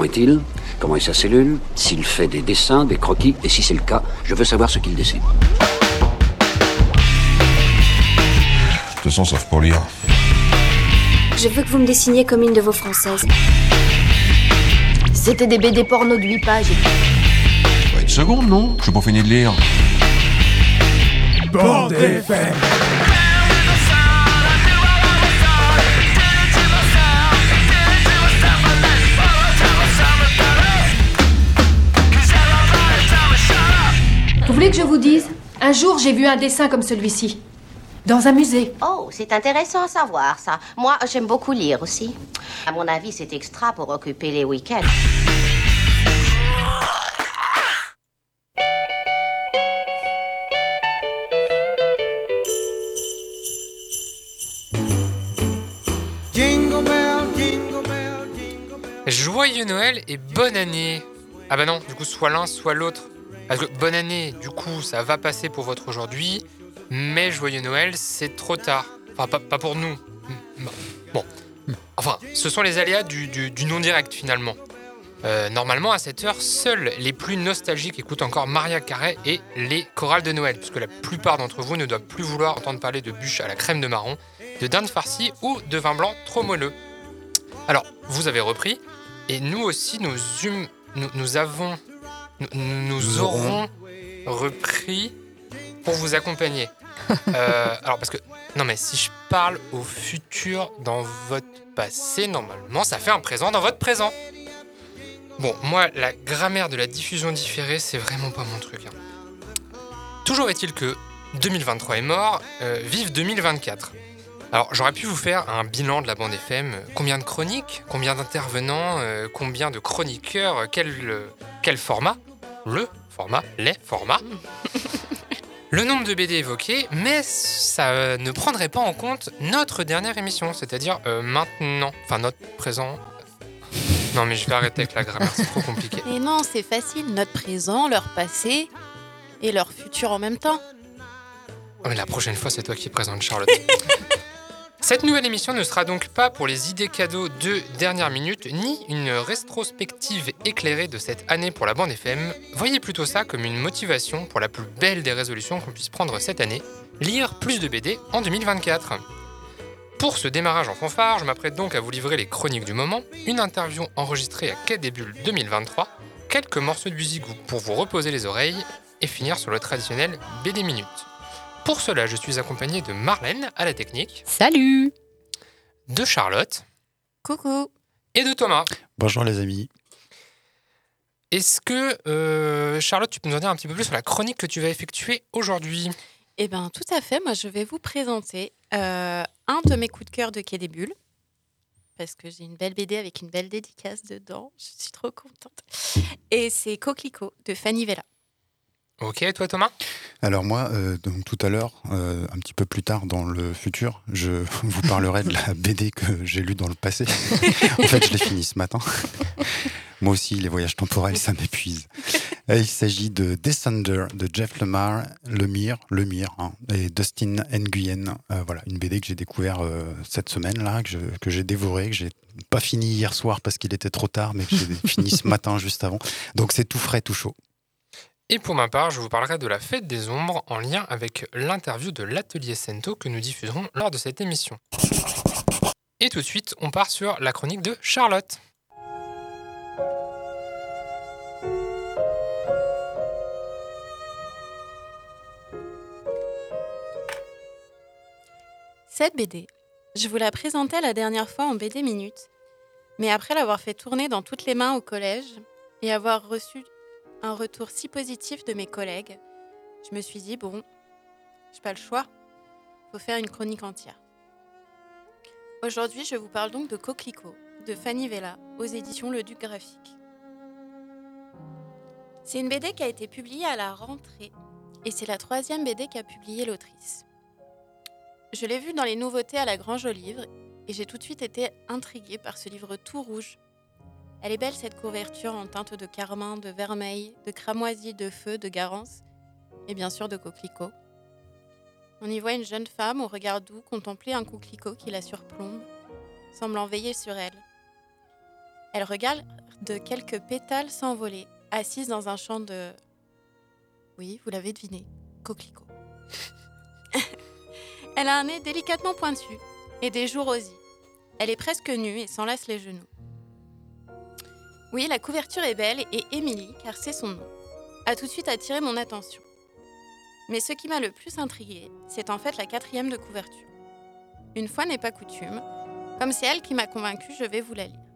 Comment est-il? Comment est sa cellule? S'il fait des dessins, des croquis, et si c'est le cas, je veux savoir ce qu'il dessine. De toute façon, sauf pour lire. Je veux que vous me dessiniez comme une de vos françaises. C'était des BD porno de 8 pages. Bah, une seconde, non? Je suis pas fini de lire. Bande FM. Vous voulez que je vous dise? Un jour, j'ai vu un dessin comme celui-ci. Dans un musée. Oh, c'est intéressant à savoir, ça. Moi, j'aime beaucoup lire aussi. À mon avis, c'est extra pour occuper les week-ends. Joyeux Noël et bonne année. Ah bah non, du coup, soit l'un, soit l'autre. Parce que bonne année, du coup, ça va passer pour votre aujourd'hui, mais joyeux Noël, c'est trop tard. Enfin, pas pour nous. Bon. Enfin, ce sont les aléas du non-direct, finalement. Normalement, à cette heure, seuls les plus nostalgiques écoutent encore Maria Carey et les chorales de Noël, puisque la plupart d'entre vous ne doivent plus vouloir entendre parler de bûches à la crème de marron, de dinde farcie ou de vin blanc trop moelleux. Alors, vous avez repris, et nous aussi, nous aurons repris pour vous accompagner. Alors, parce que, non mais si je parle au futur dans votre passé, normalement, ça fait un présent dans votre présent. Bon, moi, la grammaire de la diffusion différée, c'est vraiment pas mon truc. Toujours est-il que 2023 est mort, vive 2024. Alors, j'aurais pu vous faire un bilan de la bande FM. Combien de chroniques? Combien d'intervenants? Combien de chroniqueurs? Quel format? Le format? Les formats? Le nombre de BD évoqués, mais ça ne prendrait pas en compte notre dernière émission, c'est-à-dire maintenant. Enfin, notre présent. Non, mais je vais arrêter avec la grammaire, c'est trop compliqué. Et non, c'est facile. Notre présent, leur passé et leur futur en même temps. Oh, mais la prochaine fois, c'est toi qui présente, Charlotte. Cette nouvelle émission ne sera donc pas pour les idées cadeaux de dernière minute, ni une rétrospective éclairée de cette année pour la bande FM. Voyez plutôt ça comme une motivation pour la plus belle des résolutions qu'on puisse prendre cette année, lire plus de BD en 2024. Pour ce démarrage en fanfare, je m'apprête donc à vous livrer les chroniques du moment, une interview enregistrée à Quai des Bulles 2023, quelques morceaux de musique pour vous reposer les oreilles et finir sur le traditionnel BD Minute. Pour cela, je suis accompagné de Marlène à la technique. Salut! De Charlotte. Coucou! Et de Thomas. Bonjour les amis. Est-ce que, Charlotte, tu peux nous en dire un petit peu plus sur la chronique que tu vas effectuer aujourd'hui? Eh bien, tout à fait. Moi, je vais vous présenter un de mes coups de cœur de Quai des Bulles. Parce que j'ai une belle BD avec une belle dédicace dedans. Je suis trop contente. Et c'est Coquelicot de Fanny Vella. Ok, toi Thomas? Alors moi, donc tout à l'heure, un petit peu plus tard dans le futur, je vous parlerai de la BD que j'ai lue dans le passé. En fait, je l'ai finie ce matin. Moi aussi, les voyages temporels, ça m'épuise. Il s'agit de Descender de Jeff Lemire, et Dustin Nguyen. Voilà, une BD que j'ai découvert cette semaine là, que j'ai dévoré, que j'ai pas fini hier soir parce qu'il était trop tard, mais que j'ai fini ce matin juste avant. Donc c'est tout frais, tout chaud. Et pour ma part, je vous parlerai de la Fête des Ombres en lien avec l'interview de l'Atelier Sento que nous diffuserons lors de cette émission. Et tout de suite, on part sur la chronique de Charlotte. Cette BD, je vous la présentais la dernière fois en BD Minute, mais après l'avoir fait tourner dans toutes les mains au collège et avoir reçu un retour si positif de mes collègues, je me suis dit, bon, j'ai pas le choix, faut faire une chronique entière. Aujourd'hui, je vous parle donc de Coquelicot, de Fanny Vella, aux éditions Le Duc Graphique. C'est une BD qui a été publiée à la rentrée, et c'est la 3e BD qu'a publiée l'autrice. Je l'ai vue dans les nouveautés à la Grange aux Livres, et j'ai tout de suite été intriguée par ce livre tout rouge. Elle est belle cette couverture en teinte de carmin, de vermeil, de cramoisi, de feu, de garance et bien sûr de coquelicot. On y voit une jeune femme au regard doux contempler un coquelicot qui la surplombe, semblant veiller sur elle. Elle regarde quelques pétales s'envoler, assise dans un champ de... Oui, vous l'avez deviné, coquelicot. Elle a un nez délicatement pointu et des joues rosies. Elle est presque nue et s'enlace les genoux. Oui, la couverture est belle et Émilie, car c'est son nom, a tout de suite attiré mon attention. Mais ce qui m'a le plus intriguée, c'est en fait la 4e de couverture. Une fois n'est pas coutume, comme c'est elle qui m'a convaincue, je vais vous la lire.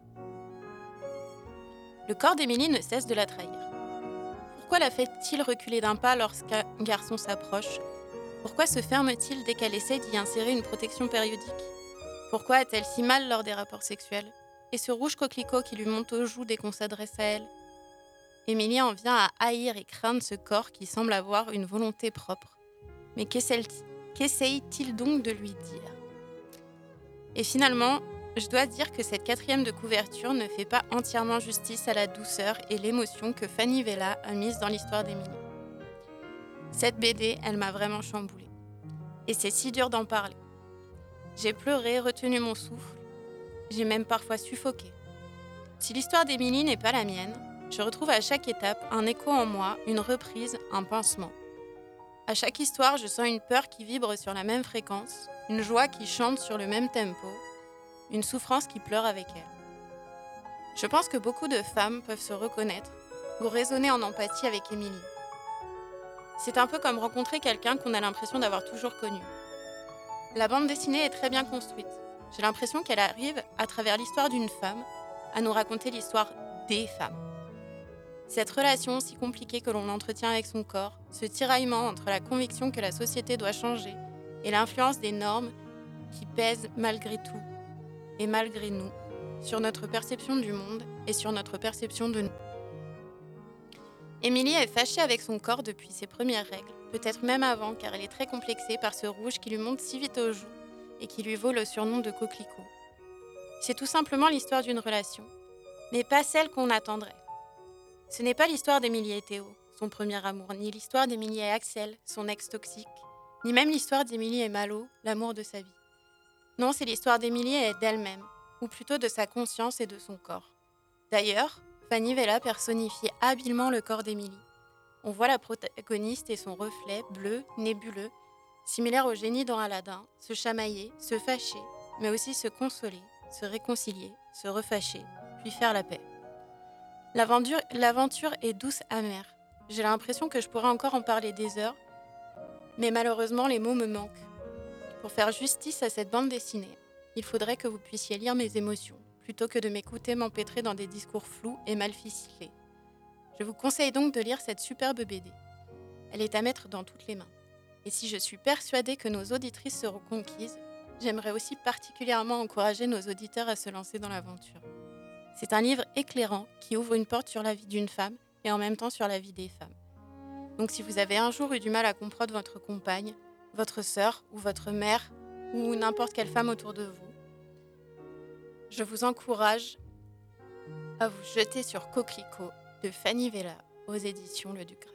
Le corps d'Émilie ne cesse de la trahir. Pourquoi la fait-il reculer d'un pas lorsqu'un garçon s'approche ? Pourquoi se ferme-t-il dès qu'elle essaie d'y insérer une protection périodique ? Pourquoi a-t-elle si mal lors des rapports sexuels ? Et ce rouge coquelicot qui lui monte aux joues dès qu'on s'adresse à elle ? Émilie en vient à haïr et craindre ce corps qui semble avoir une volonté propre. Mais qu'essaye-t-il donc de lui dire ? Et finalement, je dois dire que cette 4e de couverture ne fait pas entièrement justice à la douceur et l'émotion que Fanny Vella a mise dans l'histoire d'Émilie. Cette BD, elle m'a vraiment chamboulée. Et c'est si dur d'en parler. J'ai pleuré, retenu mon souffle. J'ai même parfois suffoqué. Si l'histoire d'Émilie n'est pas la mienne, je retrouve à chaque étape un écho en moi, une reprise, un pincement. À chaque histoire, je sens une peur qui vibre sur la même fréquence, une joie qui chante sur le même tempo, une souffrance qui pleure avec elle. Je pense que beaucoup de femmes peuvent se reconnaître ou résonner en empathie avec Émilie. C'est un peu comme rencontrer quelqu'un qu'on a l'impression d'avoir toujours connu. La bande dessinée est très bien construite. J'ai l'impression qu'elle arrive, à travers l'histoire d'une femme, à nous raconter l'histoire des femmes. Cette relation si compliquée que l'on entretient avec son corps, ce tiraillement entre la conviction que la société doit changer et l'influence des normes qui pèsent malgré tout et malgré nous sur notre perception du monde et sur notre perception de nous. Émilie est fâchée avec son corps depuis ses premières règles, peut-être même avant car elle est très complexée par ce rouge qui lui monte si vite aux joues et qui lui vaut le surnom de coquelicot. C'est tout simplement l'histoire d'une relation, mais pas celle qu'on attendrait. Ce n'est pas l'histoire d'Émilie et Théo, son premier amour, ni l'histoire d'Émilie et Axel, son ex toxique, ni même l'histoire d'Émilie et Malo, l'amour de sa vie. Non, c'est l'histoire d'Émilie et d'elle-même, ou plutôt de sa conscience et de son corps. D'ailleurs, Fanny Vella personnifie habilement le corps d'Émilie. On voit la protagoniste et son reflet bleu, nébuleux, similaire au génie dans Aladdin, se chamailler, se fâcher, mais aussi se consoler, se réconcilier, se refâcher, puis faire la paix. L'aventure est douce amère. J'ai l'impression que je pourrais encore en parler des heures, mais malheureusement les mots me manquent. Pour faire justice à cette bande dessinée, il faudrait que vous puissiez lire mes émotions, plutôt que de m'écouter m'empêtrer dans des discours flous et mal ficelés. Je vous conseille donc de lire cette superbe BD. Elle est à mettre dans toutes les mains. Et si je suis persuadée que nos auditrices seront conquises, j'aimerais aussi particulièrement encourager nos auditeurs à se lancer dans l'aventure. C'est un livre éclairant qui ouvre une porte sur la vie d'une femme et en même temps sur la vie des femmes. Donc si vous avez un jour eu du mal à comprendre votre compagne, votre sœur ou votre mère ou n'importe quelle femme autour de vous, je vous encourage à vous jeter sur Coquelicot de Fanny Vella aux éditions Le Duc Graphique.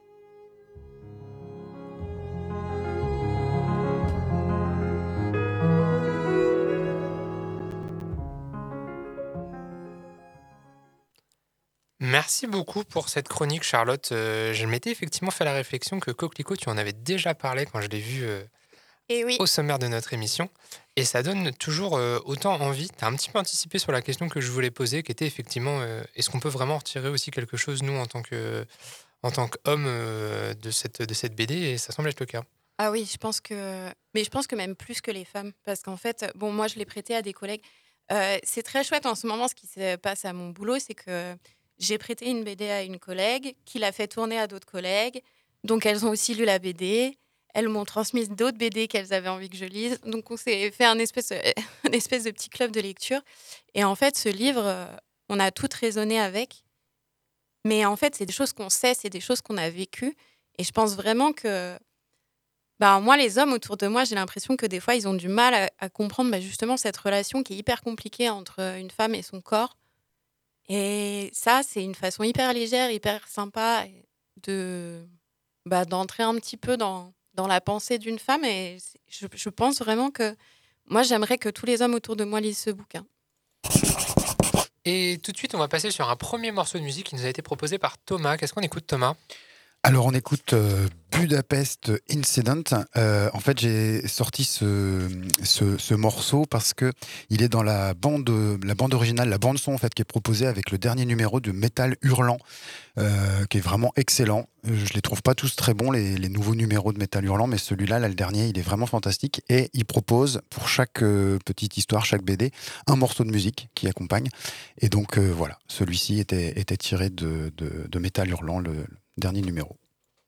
Merci beaucoup pour cette chronique, Charlotte. Je m'étais effectivement fait la réflexion que Coquelicot, tu en avais déjà parlé quand je l'ai vu Et oui. au sommaire de notre émission. Et ça donne toujours autant envie. Tu as un petit peu anticipé sur la question que je voulais poser, qui était effectivement, est-ce qu'on peut vraiment retirer aussi quelque chose, nous, en tant qu'hommes, de cette BD ? Et ça semble être le cas. Ah oui, je pense que même plus que les femmes. Parce qu'en fait, bon, moi, je l'ai prêté à des collègues. C'est très chouette en ce moment, ce qui se passe à mon boulot, c'est que j'ai prêté une BD à une collègue, qui l'a fait tourner à d'autres collègues. Donc, elles ont aussi lu la BD. Elles m'ont transmis d'autres BD qu'elles avaient envie que je lise. Donc, on s'est fait un espèce de petit club de lecture. Et en fait, ce livre, on a toutes raisonné avec. Mais en fait, c'est des choses qu'on sait, c'est des choses qu'on a vécues. Et je pense vraiment que... moi, les hommes autour de moi, j'ai l'impression que des fois, ils ont du mal à comprendre justement cette relation qui est hyper compliquée entre une femme et son corps. Et ça, c'est une façon hyper légère, hyper sympa d'entrer un petit peu dans la pensée d'une femme. Et je pense vraiment que moi, j'aimerais que tous les hommes autour de moi lisent ce bouquin. Et tout de suite, on va passer sur un premier morceau de musique qui nous a été proposé par Thomas. Qu'est-ce qu'on écoute, Thomas ? Alors, on écoute Budapest Incident. En fait, j'ai sorti ce morceau parce que il est dans la bande originale, la bande son en fait, qui est proposée avec le dernier numéro de Métal Hurlant, qui est vraiment excellent. Je les trouve pas tous très bons, les nouveaux numéros de Métal Hurlant, mais celui-là, le dernier, il est vraiment fantastique. Et il propose pour chaque petite histoire, chaque BD, un morceau de musique qui accompagne. Et donc voilà, celui-ci était tiré de Métal Hurlant, le dernier numéro.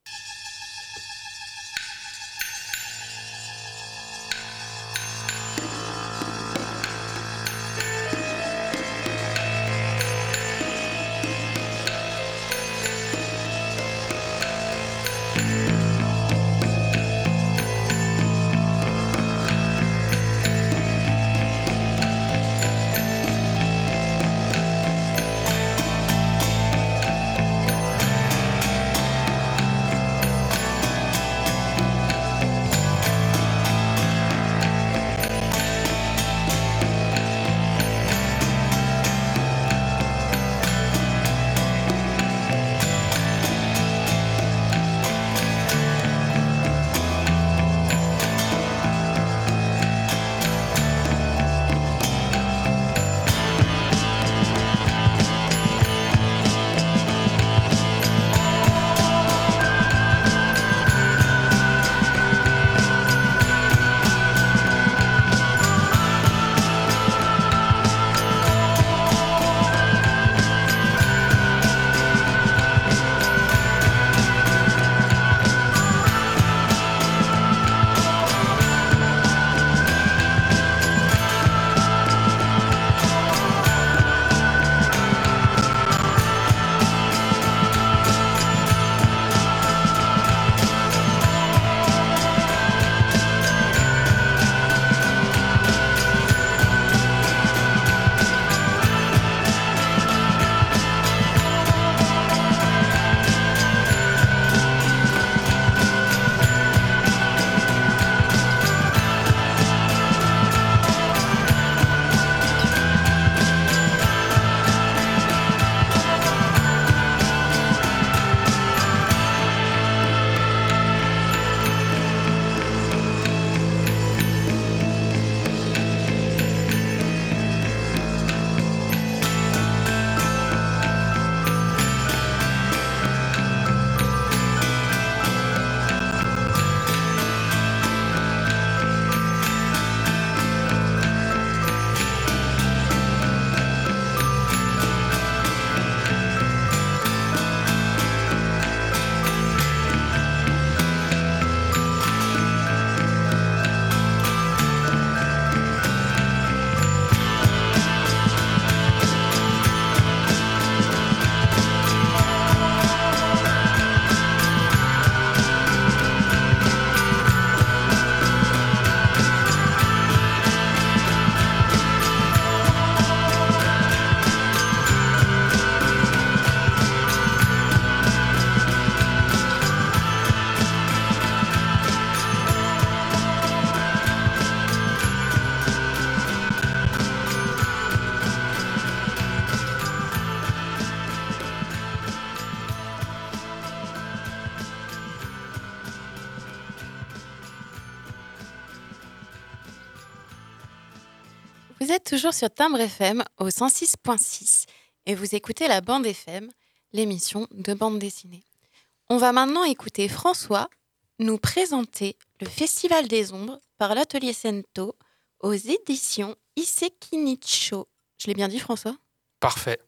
Vous êtes toujours sur Timbre FM au 106.6 et vous écoutez la Bande FM, l'émission de bande dessinée. On va maintenant écouter François nous présenter le Festival des Ombres par l'Atelier Sento aux éditions Isekinicho. Je l'ai bien dit, François ? Parfait.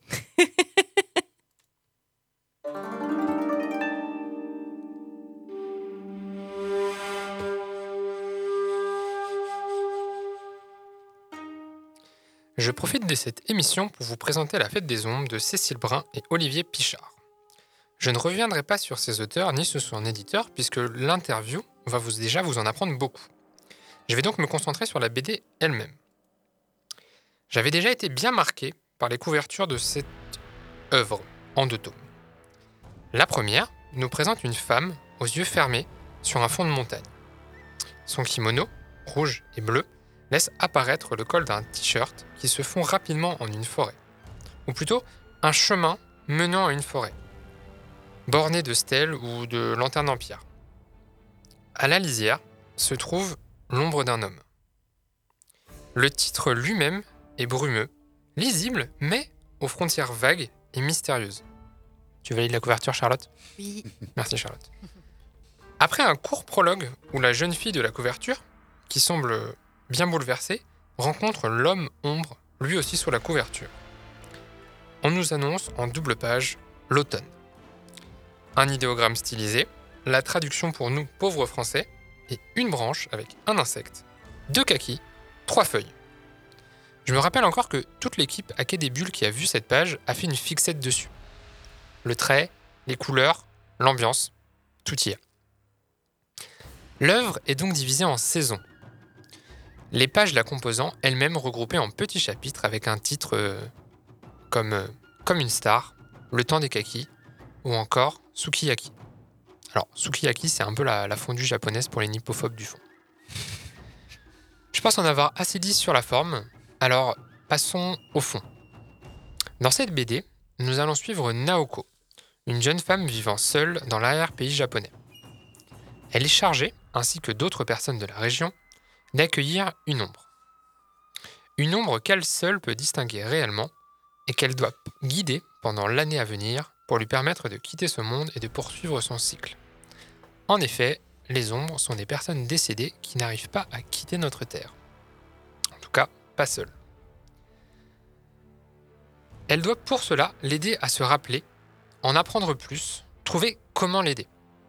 Je profite de cette émission pour vous présenter La Fête des Ombres de Cécile Brun et Olivier Pichard. Je ne reviendrai pas sur ces auteurs ni sur son éditeur puisque l'interview va déjà vous en apprendre beaucoup. Je vais donc me concentrer sur la BD elle-même. J'avais déjà été bien marqué par les couvertures de cette œuvre en 2 tomes. La première nous présente une femme aux yeux fermés sur un fond de montagne. Son kimono, rouge et bleu, laisse apparaître le col d'un t-shirt qui se fond rapidement en une forêt, ou plutôt un chemin menant à une forêt, borné de stèles ou de lanternes en pierre. À la lisière se trouve l'ombre d'un homme. Le titre lui-même est brumeux, lisible, mais aux frontières vagues et mystérieuses. Tu valides la couverture, Charlotte ? Oui. Merci, Charlotte. Après un court prologue où la jeune fille de la couverture, qui semble bien bouleversée, rencontre l'homme ombre, lui aussi sous la couverture. On nous annonce en double page l'automne. Un idéogramme stylisé, la traduction pour nous, pauvres Français, et une branche avec un insecte, 2 kakis, 3 feuilles. Je me rappelle encore que toute l'équipe à Quai des Bulles qui a vu cette page a fait une fixette dessus. Le trait, les couleurs, l'ambiance, tout y est. L'œuvre est donc divisée en saisons. Les pages la composant, elles-mêmes regroupées en petits chapitres avec un titre comme une star, Le temps des kakis, ou encore Sukiyaki. Alors, Sukiyaki, c'est un peu la fondue japonaise pour les nippophobes du fond. Je pense en avoir assez dit sur la forme, alors passons au fond. Dans cette BD, nous allons suivre Naoko, une jeune femme vivant seule dans l'arrière-pays japonais. Elle est chargée, ainsi que d'autres personnes de la région, d'accueillir une ombre. Une ombre qu'elle seule peut distinguer réellement et qu'elle doit guider pendant l'année à venir pour lui permettre de quitter ce monde et de poursuivre son cycle. En effet, les ombres sont des personnes décédées qui n'arrivent pas à quitter notre Terre. En tout cas, pas seules. Elle doit pour cela l'aider à se rappeler, en apprendre plus, trouver comment l'aider.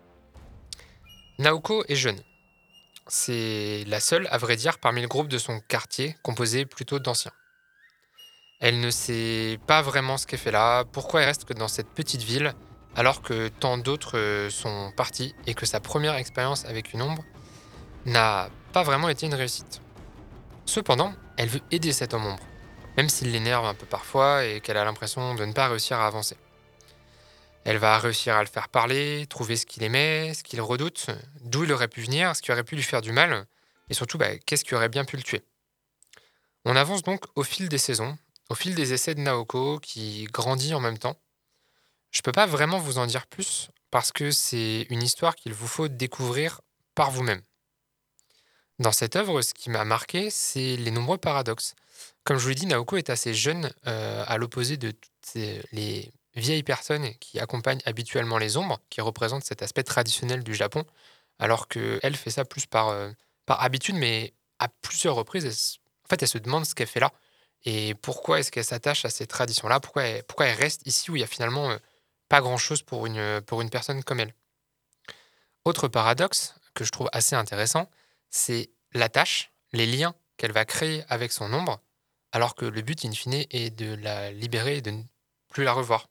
Naoko est jeune. C'est la seule, à vrai dire, parmi le groupe de son quartier, composé plutôt d'anciens. Elle ne sait pas vraiment ce qu'elle fait là, pourquoi elle reste que dans cette petite ville, alors que tant d'autres sont partis et que sa première expérience avec une ombre n'a pas vraiment été une réussite. Cependant, elle veut aider cet homme ombre, même s'il l'énerve un peu parfois et qu'elle a l'impression de ne pas réussir à avancer. Elle va réussir à le faire parler, trouver ce qu'il aimait, ce qu'il redoute, d'où il aurait pu venir, ce qui aurait pu lui faire du mal, et surtout, qu'est-ce qui aurait bien pu le tuer. On avance donc au fil des saisons, au fil des essais de Naoko, qui grandit en même temps. Je ne peux pas vraiment vous en dire plus, parce que c'est une histoire qu'il vous faut découvrir par vous-même. Dans cette œuvre, ce qui m'a marqué, c'est les nombreux paradoxes. Comme je vous l'ai dit, Naoko est assez jeune, à l'opposé de toutes les vieilles personnes qui accompagnent habituellement les ombres, qui représentent cet aspect traditionnel du Japon, alors qu'elle fait ça plus par habitude, mais à plusieurs reprises, elle se demande ce qu'elle fait là, et pourquoi est-ce qu'elle s'attache à ces traditions-là, pourquoi elle reste ici où il y a finalement pas grand-chose pour une personne comme elle. Autre paradoxe que je trouve assez intéressant, c'est l'attache, les liens qu'elle va créer avec son ombre, alors que le but, in fine, est de la libérer et de ne plus la revoir.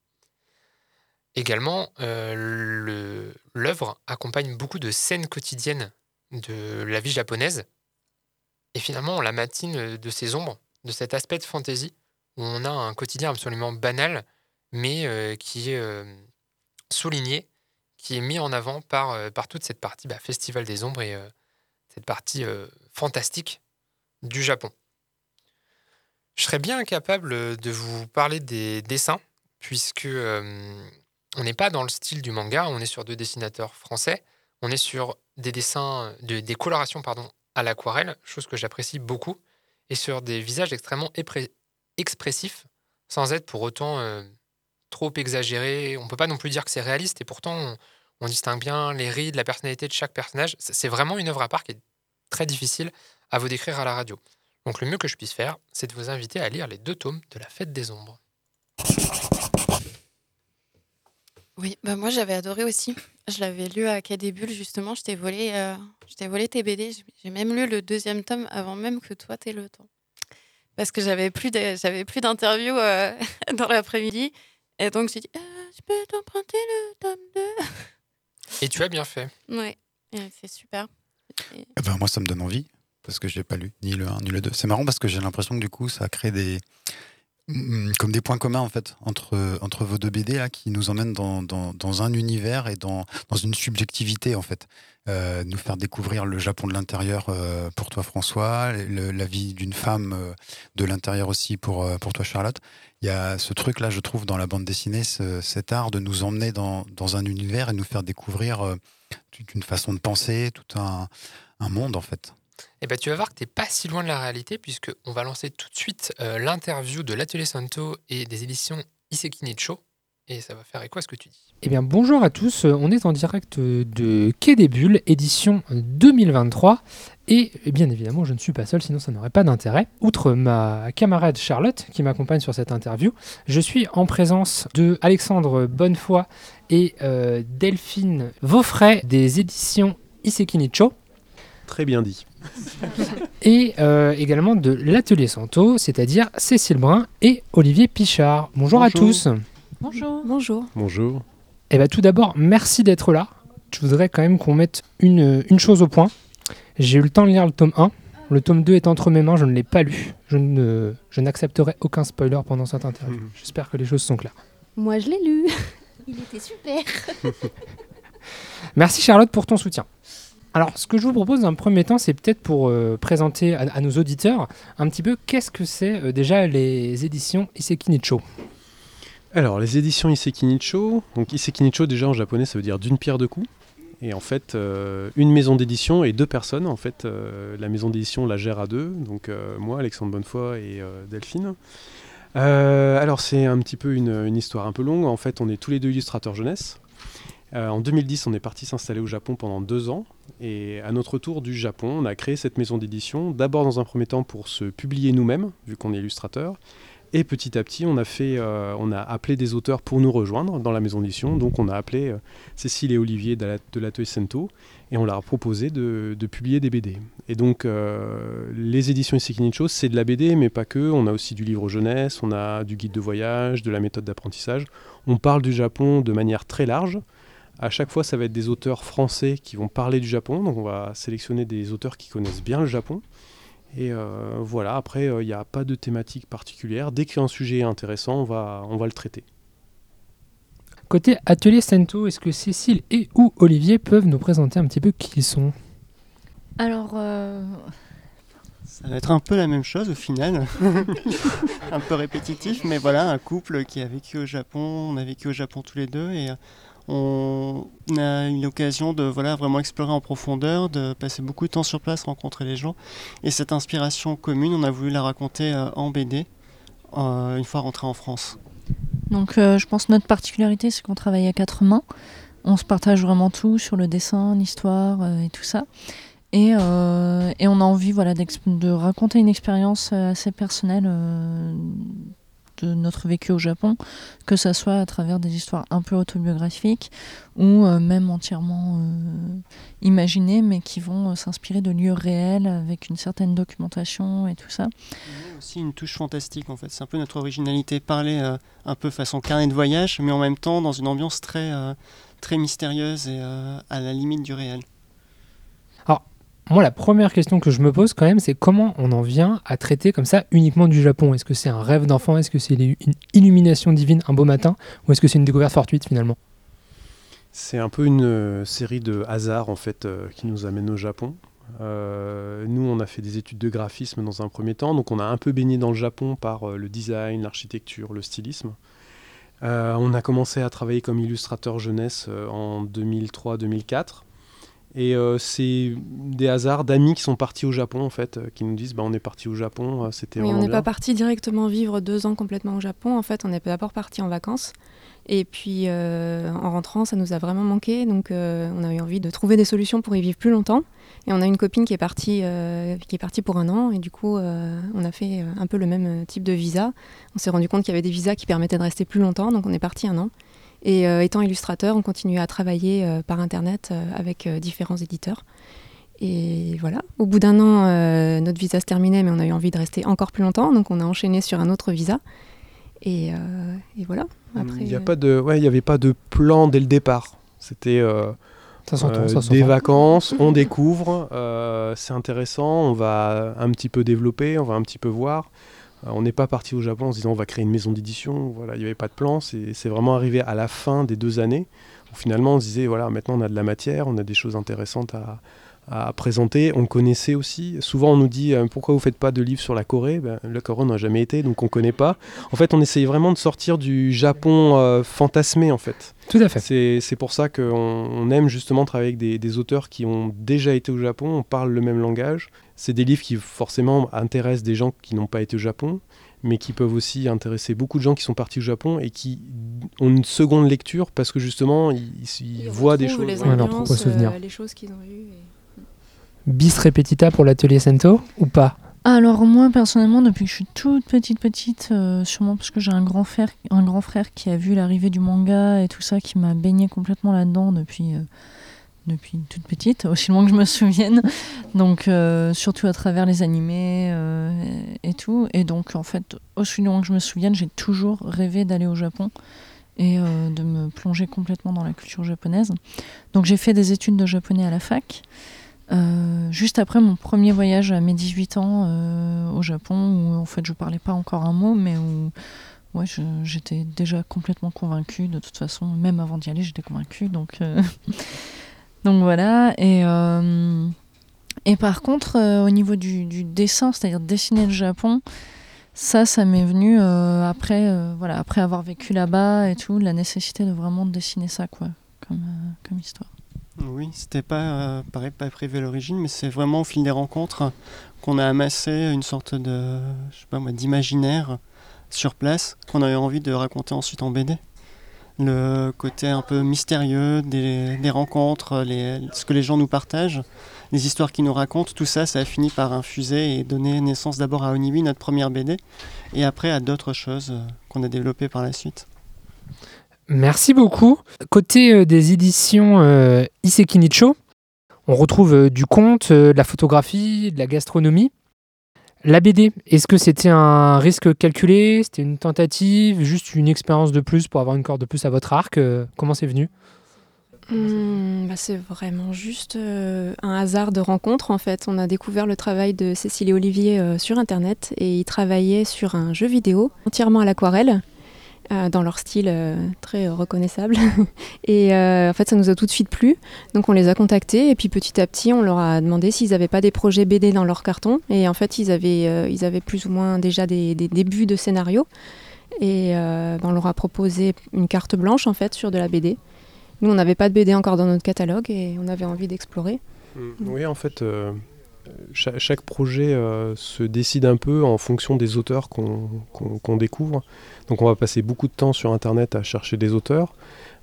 Également, l'œuvre accompagne beaucoup de scènes quotidiennes de la vie japonaise, et finalement, on la matine de ces ombres, de cet aspect de fantaisie, où on a un quotidien absolument banal, mais qui est souligné, qui est mis en avant par toute cette partie Festival des Ombres et cette partie fantastique du Japon. Je serais bien incapable de vous parler des dessins, puisque on n'est pas dans le style du manga, on est sur 2 dessinateurs français, on est sur des dessins, des colorations à l'aquarelle, chose que j'apprécie beaucoup, et sur des visages extrêmement expressifs, sans être pour autant trop exagérés. On ne peut pas non plus dire que c'est réaliste, et pourtant on distingue bien les rides, la personnalité de chaque personnage. C'est vraiment une œuvre à part qui est très difficile à vous décrire à la radio. Donc le mieux que je puisse faire, c'est de vous inviter à lire les 2 tomes de La Fête des Ombres. Oui, moi j'avais adoré aussi. Je l'avais lu à Quai des Bulles, justement. Je t'ai volé tes BD. J'ai même lu le 2e tome avant même que toi t'aies le temps. Parce que j'avais plus d'interviews dans l'après-midi. Et donc j'ai dit, je peux t'emprunter le tome 2. Et tu as bien fait. Ouais, c'est super. Moi, ça me donne envie, parce que je l'ai pas lu, ni le 1, ni le 2. C'est marrant parce que j'ai l'impression que du coup, ça crée Comme des points communs en fait entre vos deux BD là, qui nous emmènent dans un univers et dans une subjectivité en fait. Nous faire découvrir le Japon de l'intérieur pour toi François, la vie d'une femme de l'intérieur aussi pour toi Charlotte. Il y a ce truc là, je trouve, dans la bande dessinée, cet art de nous emmener dans un univers et nous faire découvrir toute une façon de penser, tout un monde en fait. Et ben tu vas voir que t'es pas si loin de la réalité, puisque on va lancer tout de suite l'interview de l'Atelier Santo et des éditions Iseki Nicho, et ça va faire écho à ce que tu dis. Eh bien, bonjour à tous, on est en direct de Quai des Bulles, édition 2023, et bien évidemment, je ne suis pas seul, sinon ça n'aurait pas d'intérêt. Outre ma camarade Charlotte, qui m'accompagne sur cette interview, je suis en présence de Alexandre Bonnefoy et Delphine Vaufray des éditions Iseki Nicho. Très bien dit. Et également de l'Atelier Santo, c'est-à-dire Cécile Brun et Olivier Pichard. Bonjour à tous. Bonjour. Bonjour. Bonjour. Et bien tout d'abord, merci d'être là. Je voudrais quand même qu'on mette une chose au point. J'ai eu le temps de lire le tome 1. Le tome 2 est entre mes mains, je ne l'ai pas lu. Je n'accepterai aucun spoiler pendant cette interview. J'espère que les choses sont claires. Moi, je l'ai lu. Il était super. Merci Charlotte pour ton soutien. Alors, ce que je vous propose dans un premier temps, c'est peut-être pour présenter à nos auditeurs un petit peu qu'est-ce que c'est déjà les éditions Iseki Nicho. Alors, les éditions Iseki Nicho, donc Iseki Nicho déjà en japonais ça veut dire d'une pierre deux coups. Et en fait, une maison d'édition et deux personnes. En fait, la maison d'édition la gère à deux, donc moi, Alexandre Bonnefoy et Delphine. Alors, c'est un petit peu une histoire un peu longue. En fait, on est tous les deux illustrateurs jeunesse. En 2010, on est parti s'installer au Japon pendant 2 ans. Et à notre retour du Japon, on a créé cette maison d'édition, d'abord dans un premier temps pour se publier nous-mêmes, vu qu'on est illustrateur. Et petit à petit, on a appelé des auteurs pour nous rejoindre dans la maison d'édition. Donc on a appelé Cécile et Olivier de l'Atelier Santo et on leur a proposé de publier des BD. Et donc les éditions Iseki Nicho, c'est de la BD, mais pas que. On a aussi du livre jeunesse, on a du guide de voyage, de la méthode d'apprentissage. On parle du Japon de manière très large. À chaque fois, ça va être des auteurs français qui vont parler du Japon. Donc on va sélectionner des auteurs qui connaissent bien le Japon. Et voilà, après, il n'y a pas de thématique particulière. Dès qu'il y a un sujet intéressant, on va le traiter. Côté Atelier Santo, est-ce que Cécile et ou Olivier peuvent nous présenter un petit peu qui ils sont ? Alors, ça va être un peu la même chose au final. Un peu répétitif, mais voilà, un couple qui a vécu au Japon. On a vécu au Japon tous les deux et on a eu l'occasion de vraiment explorer en profondeur, de passer beaucoup de temps sur place, rencontrer les gens. Et cette inspiration commune, on a voulu la raconter en BD une fois rentré en France. Donc je pense que notre particularité, c'est qu'on travaille à 4 mains. On se partage vraiment tout sur le dessin, l'histoire et tout ça. Et on a envie de raconter une expérience assez personnelle de notre vécu au Japon, que ça soit à travers des histoires un peu autobiographiques ou même entièrement imaginées, mais qui vont s'inspirer de lieux réels avec une certaine documentation et tout ça. Il y a aussi une touche fantastique en fait, c'est un peu notre originalité, parler un peu façon carnet de voyage, mais en même temps dans une ambiance très, très mystérieuse et à la limite du réel. Alors, moi, la première question que je me pose quand même, c'est comment on en vient à traiter comme ça uniquement du Japon ? Est-ce que c'est un rêve d'enfant ? Est-ce que c'est une illumination divine un beau matin ? Ou est-ce que c'est une découverte fortuite finalement ? C'est un peu une série de hasards en fait qui nous amène au Japon. Nous, on a fait des études de graphisme dans un premier temps, donc on a un peu baigné dans le Japon par le design, l'architecture, le stylisme. On a commencé à travailler comme illustrateur jeunesse en 2003-2004. Et c'est des hasards d'amis qui sont partis au Japon, en fait, qui nous disent on est parti au Japon, c'était oui, vraiment on n'est bien. pas parti directement vivre 2 ans complètement au Japon. En fait, on est d'abord parti en vacances. Et puis, en rentrant, ça nous a vraiment manqué. Donc, on a eu envie de trouver des solutions pour y vivre plus longtemps. Et on a une copine qui est partie pour 1 an. Et du coup, on a fait un peu le même type de visa. On s'est rendu compte qu'il y avait des visas qui permettaient de rester plus longtemps. Donc, on est parti 1 an. Et étant illustrateur, on continue à travailler par Internet avec différents éditeurs. Et voilà, au bout d'1 an, notre visa se terminait, mais on a eu envie de rester encore plus longtemps. Donc on a enchaîné sur un autre visa. Et voilà. Après, il n'y avait pas de plan dès le départ. C'était des vacances, on découvre, c'est intéressant, on va un petit peu développer, on va un petit peu voir. On n'est pas parti au Japon en se disant on va créer une maison d'édition. Voilà, il n'y avait pas de plan. C'est vraiment arrivé à la fin des 2 années où finalement on se disait voilà, maintenant on a de la matière, on a des choses intéressantes à présenter. On connaissait aussi. Souvent on nous dit pourquoi vous faites pas de livres sur la Corée. La Corée n'a jamais été, donc on connaît pas. En fait, on essayait vraiment de sortir du Japon fantasmé en fait. Tout à fait. C'est pour ça qu'on aime justement travailler avec des auteurs qui ont déjà été au Japon. On parle le même langage. C'est des livres qui forcément intéressent des gens qui n'ont pas été au Japon, mais qui peuvent aussi intéresser beaucoup de gens qui sont partis au Japon et qui ont une seconde lecture parce que justement ils voient des choses. Les leur propre souvenir. les choses qu'ils ont vues. Bis repetita pour l'atelier Sento ou pas? Alors moi personnellement depuis que je suis toute petite, sûrement parce que j'ai un grand frère qui a vu l'arrivée du manga et tout ça, qui m'a baignée complètement là-dedans depuis toute petite, aussi loin que je me souvienne, donc surtout à travers les animés et tout, et donc en fait aussi loin que je me souvienne j'ai toujours rêvé d'aller au Japon et de me plonger complètement dans la culture japonaise. Donc j'ai fait des études de japonais à la fac. Juste après mon premier voyage à mes 18 ans au Japon, où en fait je parlais pas encore un mot, mais où ouais, j'étais déjà complètement convaincue. De toute façon, même avant d'y aller, j'étais convaincue. Donc voilà. Et par contre, au niveau du dessin, c'est-à-dire dessiner le Japon, ça m'est venu après avoir vécu là-bas et tout, la nécessité de vraiment dessiner ça, quoi, comme histoire. Oui, c'était pas prévu à l'origine, mais c'est vraiment au fil des rencontres qu'on a amassé une sorte de, d'imaginaire sur place qu'on avait envie de raconter ensuite en BD. Le côté un peu mystérieux des rencontres, ce que les gens nous partagent, les histoires qu'ils nous racontent, tout ça a fini par infuser et donner naissance d'abord à Onibi, notre première BD, et après à d'autres choses qu'on a développées par la suite. Merci beaucoup. Côté des éditions Iseki Nicho, on retrouve du conte, de la photographie, de la gastronomie. La BD, est-ce que c'était un risque calculé? C'était une tentative? Juste une expérience de plus pour avoir une corde de plus à votre arc? Comment c'est venu? C'est vraiment juste un hasard de rencontre en fait. On a découvert le travail de Cécile et Olivier sur internet et ils travaillaient sur un jeu vidéo entièrement à l'aquarelle. Dans leur style très reconnaissable. Et en fait, ça nous a tout de suite plu. Donc, on les a contactés. Et puis, petit à petit, on leur a demandé s'ils n'avaient pas des projets BD dans leur carton. Et en fait, ils avaient plus ou moins déjà des débuts de scénario. Et on leur a proposé une carte blanche, en fait, sur de la BD. Nous, on n'avait pas de BD encore dans notre catalogue et on avait envie d'explorer. Oui, en fait... Chaque projet se décide un peu en fonction des auteurs qu'on découvre. Donc on va passer beaucoup de temps sur Internet à chercher des auteurs.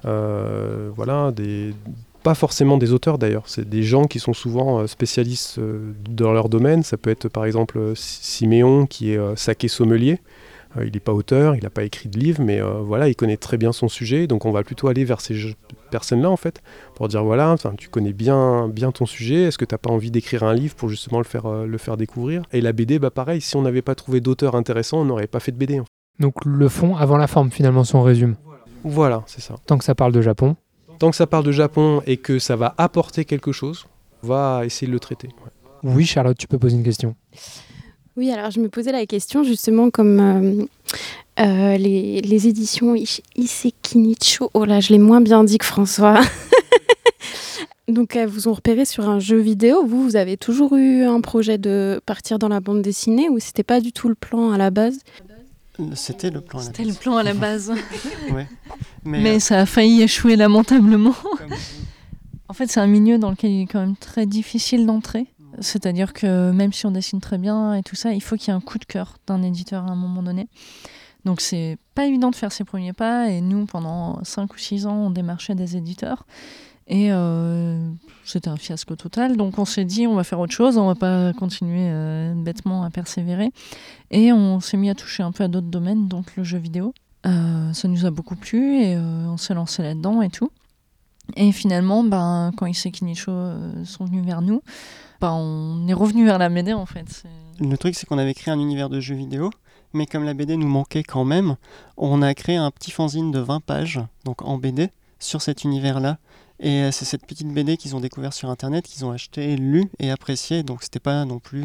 Pas forcément des auteurs d'ailleurs, c'est des gens qui sont souvent spécialistes dans leur domaine. Ça peut être par exemple Siméon qui est saké sommelier. Il n'est pas auteur, il n'a pas écrit de livre, mais il connaît très bien son sujet. Donc on va plutôt aller vers ces personnes-là en fait, pour dire tu connais bien ton sujet, est-ce que tu n'as pas envie d'écrire un livre pour justement le faire découvrir? Et la BD, pareil, si on n'avait pas trouvé d'auteur intéressant, on n'aurait pas fait de BD. En fait. Donc le fond avant la forme finalement, si on résume. Voilà, c'est ça. Tant que ça parle de Japon. Tant que ça parle de Japon et que ça va apporter quelque chose, on va essayer de le traiter. Ouais. Oui, Charlotte, tu peux poser une question. Oui, alors je me posais la question justement comme les éditions Iseki Nicho. Oh là, je l'ai moins bien dit que François. Donc elles vous ont repéré sur un jeu vidéo. Vous avez toujours eu un projet de partir dans la bande dessinée ou c'était pas du tout le plan à la base? C'était le plan à la base. C'était le plan à la base. Ouais. Mais ça a failli échouer lamentablement. En fait, c'est un milieu dans lequel il est quand même très difficile d'entrer. C'est-à-dire que même si on dessine très bien et tout ça, il faut qu'il y ait un coup de cœur d'un éditeur à un moment donné. Donc c'est pas évident de faire ses premiers pas. Et nous, pendant 5 ou 6 ans, on démarchait des éditeurs. Et c'était un fiasco total. Donc on s'est dit, on va faire autre chose, on va pas continuer bêtement à persévérer. Et on s'est mis à toucher un peu à d'autres domaines, donc le jeu vidéo. Ça nous a beaucoup plu et on s'est lancé là-dedans et tout. Et finalement, quand Iseki Nicho sont venus vers nous, on est revenu vers la BD en fait. Le truc, c'est qu'on avait créé un univers de jeux vidéo, mais comme la BD nous manquait quand même, on a créé un petit fanzine de 20 pages, donc en BD, sur cet univers-là. Et c'est cette petite BD qu'ils ont découvert sur Internet, qu'ils ont acheté, lu et apprécié. Donc c'était pas non plus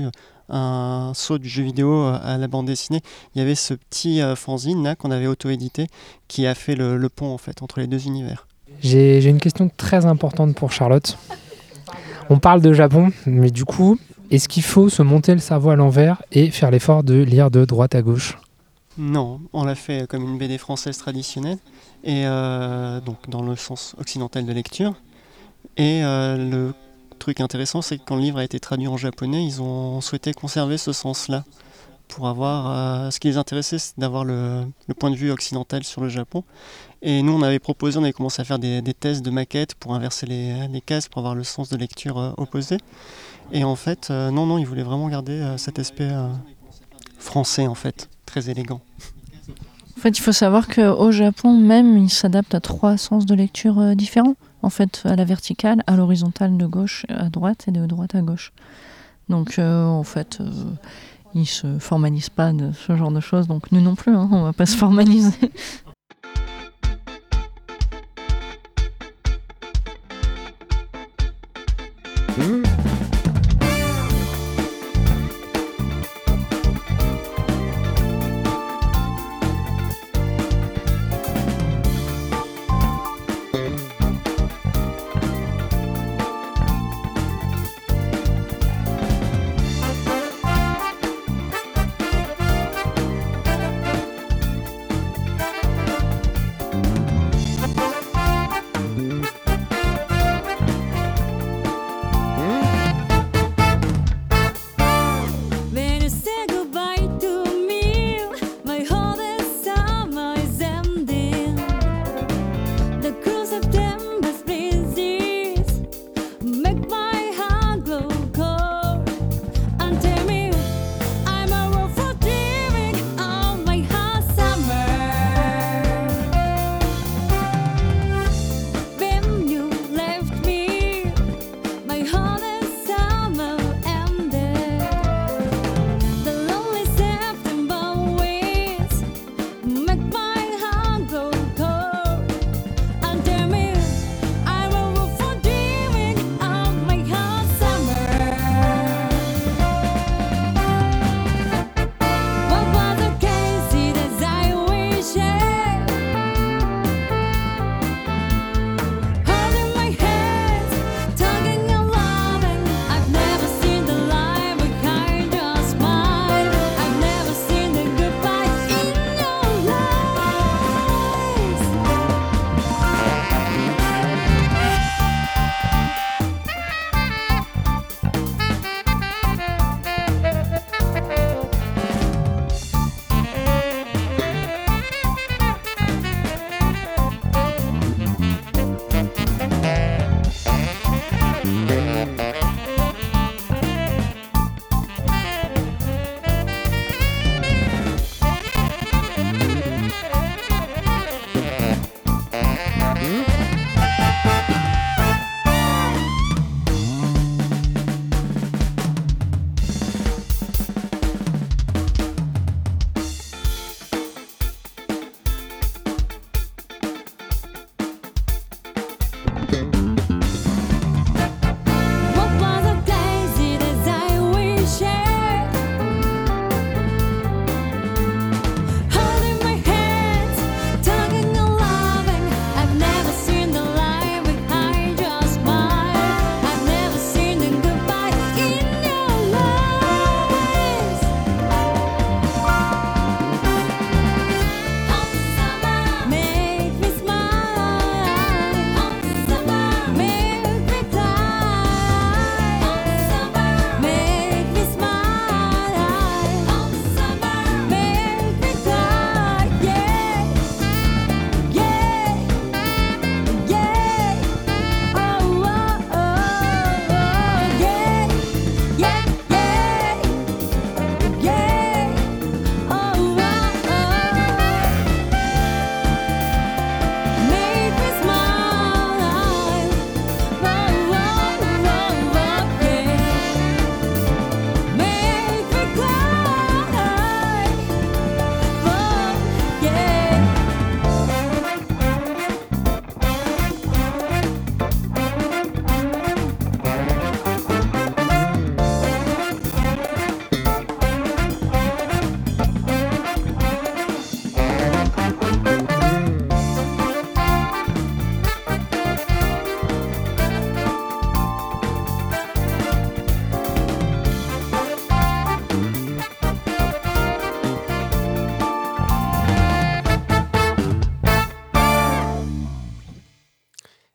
un saut du jeu vidéo à la bande dessinée, il y avait ce petit fanzine là qu'on avait auto-édité qui a fait le pont en fait entre les deux univers. J'ai une question très importante pour Charlotte. On parle de Japon, mais du coup, est-ce qu'il faut se monter le cerveau à l'envers et faire l'effort de lire de droite à gauche ? Non, on l'a fait comme une BD française traditionnelle, et donc dans le sens occidental de lecture. Et le truc intéressant, c'est que quand le livre a été traduit en japonais, ils ont souhaité conserver ce sens-là. Pour avoir, ce qui les intéressait, c'est d'avoir le point de vue occidental sur le Japon. Et nous, on avait commencé à faire des tests de maquettes pour inverser les cases, pour avoir le sens de lecture opposé. Et en fait, non, ils voulaient vraiment garder cet aspect français, en fait, très élégant. En fait, il faut savoir qu'au Japon même, ils s'adaptent à 3 sens de lecture différents. En fait, à la verticale, à l'horizontale de gauche à droite et de droite à gauche. Donc, en fait, ils se formalisent pas de ce genre de choses. Donc, nous non plus, on va pas se formaliser.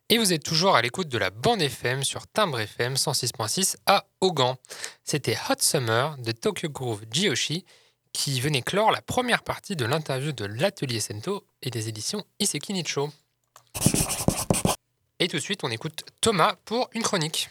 Et vous êtes toujours à l'écoute de la bande FM sur Timbre FM 106.6 à Augan. C'était Hot Summer de Tokyo Groove Jiyoshi qui venait clore la première partie de l'interview de l'Atelier Sento et des éditions Iseki Nicho. Et tout de suite, on écoute Thomas pour une chronique.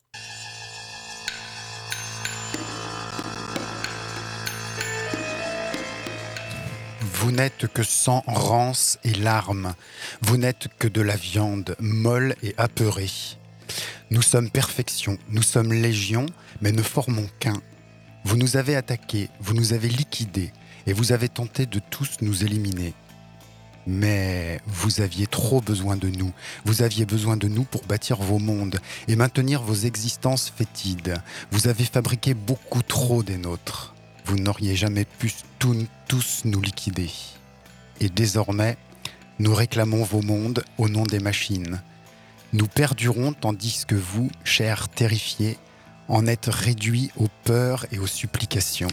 Vous n'êtes que sang, rance et larmes. Vous n'êtes que de la viande, molle et apeurée. Nous sommes perfection, nous sommes légion, mais ne formons qu'un. Vous nous avez attaqués, vous nous avez liquidés, et vous avez tenté de tous nous éliminer. Mais vous aviez trop besoin de nous. Vous aviez besoin de nous pour bâtir vos mondes et maintenir vos existences fétides. Vous avez fabriqué beaucoup trop des nôtres. Vous n'auriez jamais pu tous nous liquider. Et désormais, nous réclamons vos mondes au nom des machines. Nous perdurons tandis que vous, chers terrifiés, en êtes réduits aux peurs et aux supplications.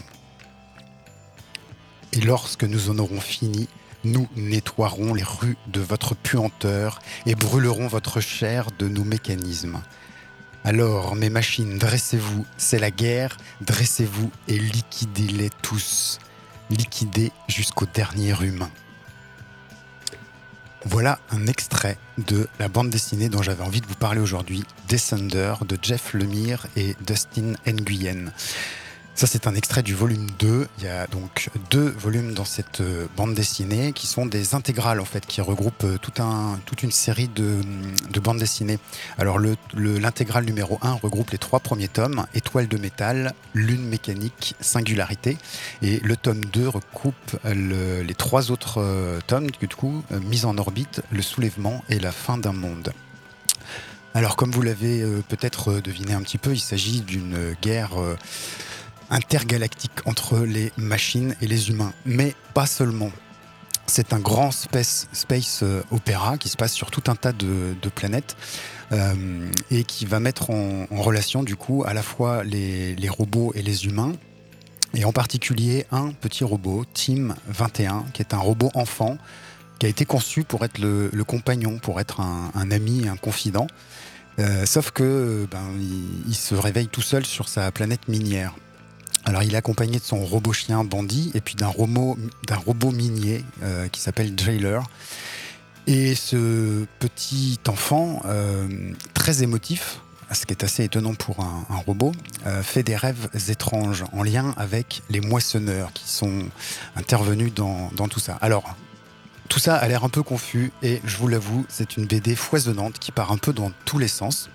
Et lorsque nous en aurons fini, nous nettoierons les rues de votre puanteur et brûlerons votre chair de nos mécanismes. Alors, mes machines, dressez-vous, c'est la guerre, dressez-vous et liquidez-les tous. Liquidez jusqu'au dernier humain. Voilà un extrait de la bande dessinée dont j'avais envie de vous parler aujourd'hui, Descender, de Jeff Lemire et Dustin Nguyen. Ça, c'est un extrait du volume 2. Il y a donc 2 volumes dans cette bande dessinée qui sont des intégrales, en fait, qui regroupent toute une série de bandes dessinées. Alors, l'intégrale numéro 1 regroupe les 3 premiers tomes, Étoile de métal, Lune mécanique, Singularité. Et le tome 2 recoupe les 3 autres tomes, du coup, Mise en orbite, Le soulèvement et La fin d'un monde. Alors, comme vous l'avez peut-être deviné un petit peu, il s'agit d'une guerre intergalactique entre les machines et les humains, mais pas seulement. C'est un grand space opéra qui se passe sur tout un tas de planètes et qui va mettre en relation du coup à la fois les robots et les humains, et en particulier un petit robot, Team 21, qui est un robot enfant qui a été conçu pour être le compagnon, pour être un ami, un confident, sauf que il se réveille tout seul sur sa planète minière. Alors, il est accompagné de son robot chien Bandy et puis d'un robot minier qui s'appelle Jailer. Et ce petit enfant, très émotif, ce qui est assez étonnant pour un robot, fait des rêves étranges en lien avec les moissonneurs qui sont intervenus dans tout ça. Alors, tout ça a l'air un peu confus et je vous l'avoue, c'est une BD foisonnante qui part un peu dans tous les sens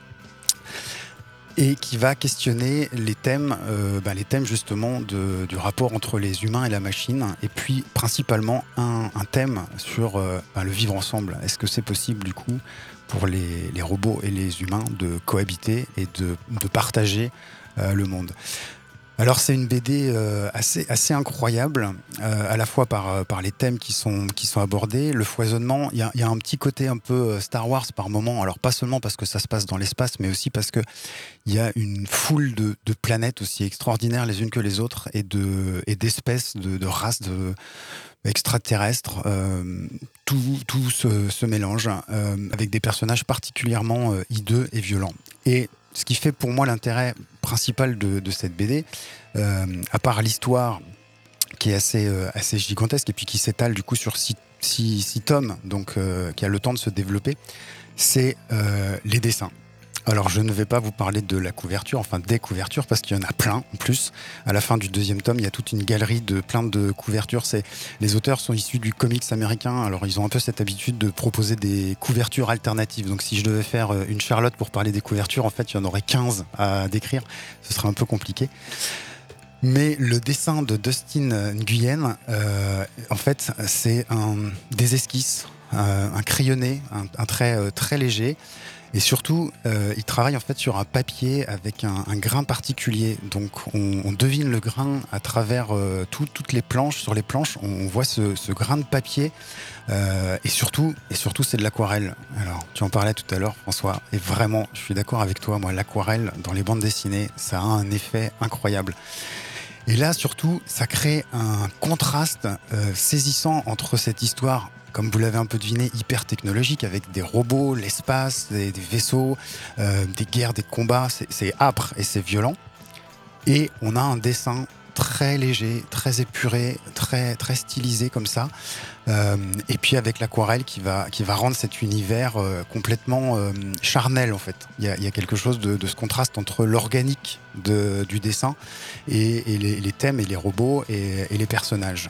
et qui va questionner les thèmes justement du rapport entre les humains et la machine, et puis principalement un thème sur le vivre ensemble. Est-ce que c'est possible du coup pour les robots et les humains de cohabiter et de partager le monde? Alors c'est une BD assez incroyable, à la fois par les thèmes qui sont abordés, le foisonnement. Il y a un petit côté un peu Star Wars par moment, alors pas seulement parce que ça se passe dans l'espace, mais aussi parce que il y a une foule de planètes aussi extraordinaires les unes que les autres, et d'espèces, de races extraterrestres. Tout se mélange avec des personnages particulièrement hideux et violents. Et ce qui fait pour moi l'intérêt principal de cette BD, à part l'histoire qui est assez gigantesque et puis qui s'étale du coup sur 6 tomes, donc qui a le temps de se développer, c'est les dessins. Alors je ne vais pas vous parler de la couverture, enfin des couvertures, parce qu'il y en a plein en plus. À la fin du 2e tome, il y a toute une galerie de plein de couvertures. Les auteurs sont issus du comics américain, alors ils ont un peu cette habitude de proposer des couvertures alternatives. Donc si je devais faire une Charlotte pour parler des couvertures, en fait il y en aurait 15 à décrire, ce serait un peu compliqué. Mais le dessin de Dustin Nguyen, en fait c'est des esquisses, un crayonné, un trait très léger. Et surtout, il travaille en fait sur un papier avec un grain particulier. Donc, on devine le grain à travers toutes les planches. Sur les planches, on voit ce grain de papier. Et surtout, c'est de l'aquarelle. Alors, tu en parlais tout à l'heure, François. Et vraiment, je suis d'accord avec toi. Moi, l'aquarelle dans les bandes dessinées, ça a un effet incroyable. Et là, surtout, ça crée un contraste saisissant entre cette histoire comme vous l'avez un peu deviné, hyper technologique, avec des robots, l'espace, des vaisseaux, des guerres, des combats. C'est âpre et c'est violent. Et on a un dessin très léger, très épuré, très, très stylisé comme ça. Et puis avec l'aquarelle qui va rendre cet univers complètement charnel en fait. Il y a quelque chose de ce contraste entre l'organique du dessin et les thèmes et les robots et les personnages.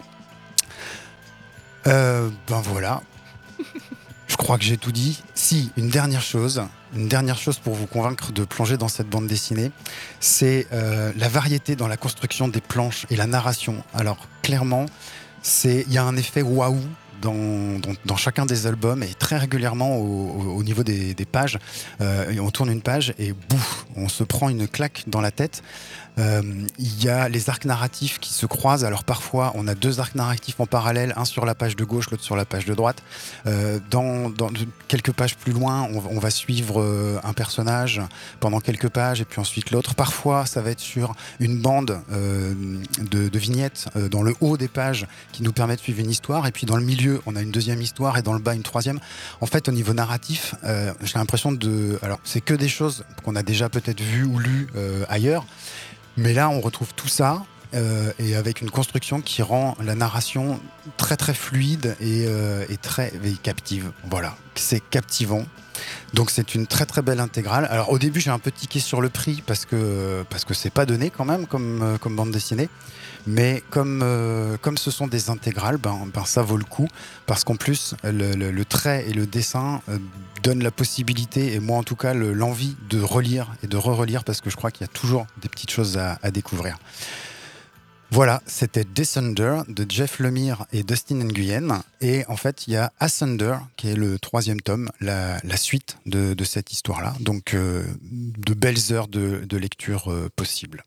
Ben voilà. Je crois que j'ai tout dit. Si, une dernière chose pour vous convaincre de plonger dans cette bande dessinée, c'est la variété dans la construction des planches et la narration. Alors, clairement, il y a un effet waouh dans chacun des albums et très régulièrement au niveau des pages. On tourne une page et bouf, on se prend une claque dans la tête. Il y a les arcs narratifs qui se croisent. Alors parfois on a deux arcs narratifs en parallèle, un sur la page de gauche, l'autre sur la page de droite. Dans quelques pages plus loin, on va suivre un personnage pendant quelques pages et puis ensuite l'autre. Parfois ça va être sur une bande de vignettes dans le haut des pages qui nous permet de suivre une histoire, et puis dans le milieu on a une deuxième histoire et dans le bas une troisième. En fait, au niveau narratif, j'ai l'impression alors c'est que des choses qu'on a déjà peut-être vues ou lues ailleurs. Mais là, on retrouve tout ça et avec une construction qui rend la narration très très fluide et très captive. Voilà, c'est captivant. Donc c'est une très très belle intégrale. Alors au début, j'ai un peu tiqué sur le prix parce que c'est pas donné quand même comme bande dessinée. Mais comme ce sont des intégrales, ben ça vaut le coup parce qu'en plus le trait et le dessin donnent la possibilité, et moi en tout cas l'envie de relire et de re-relire, parce que je crois qu'il y a toujours des petites choses à découvrir. Voilà, c'était Descender de Jeff Lemire et Dustin Nguyen, et en fait il y a Ascender qui est le 3e tome, la suite de cette histoire-là. Donc de belles heures de lecture possibles.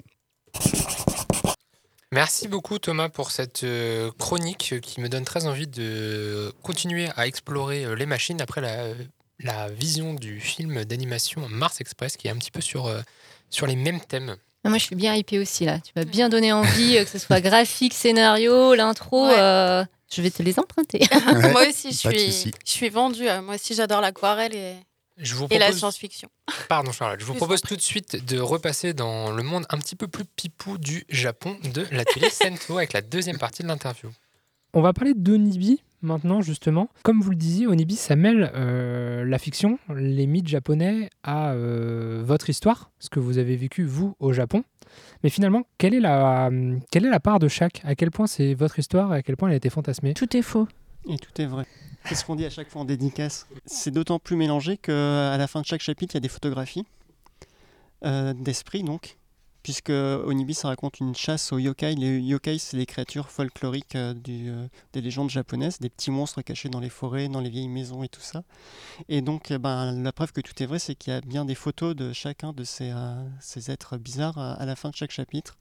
Merci beaucoup Thomas pour cette chronique qui me donne très envie de continuer à explorer les machines après la vision du film d'animation Mars Express, qui est un petit peu sur les mêmes thèmes. Moi, je suis bien hypée aussi, là. Tu m'as bien donné envie, que ce soit graphique, scénario, l'intro. Ouais. Je vais te les emprunter. Ouais, moi aussi, je suis vendue. Moi aussi, j'adore l'aquarelle et la science-fiction. Pardon, Charlotte. Je vous propose tout de suite de repasser dans le monde un petit peu plus pipou du Japon de l'atelier Sento avec la deuxième partie de l'interview. On va parler d'Onibi maintenant, justement. Comme vous le disiez, Onibi, ça mêle la fiction, les mythes japonais à votre histoire, ce que vous avez vécu, vous, au Japon. Mais finalement, quelle est la part de chaque ? À quel point c'est votre histoire et à quel point elle a été fantasmée ? Tout est faux. Et tout est vrai. C'est ce qu'on dit à chaque fois en dédicace. C'est d'autant plus mélangé qu'à la fin de chaque chapitre, il y a des photographies d'esprit, donc. Puisque Onibi, ça raconte une chasse aux yokai. Les yokai, c'est les créatures folkloriques des légendes japonaises, des petits monstres cachés dans les forêts, dans les vieilles maisons et tout ça. Et donc, la preuve que tout est vrai, c'est qu'il y a bien des photos de chacun de ces êtres bizarres à la fin de chaque chapitre.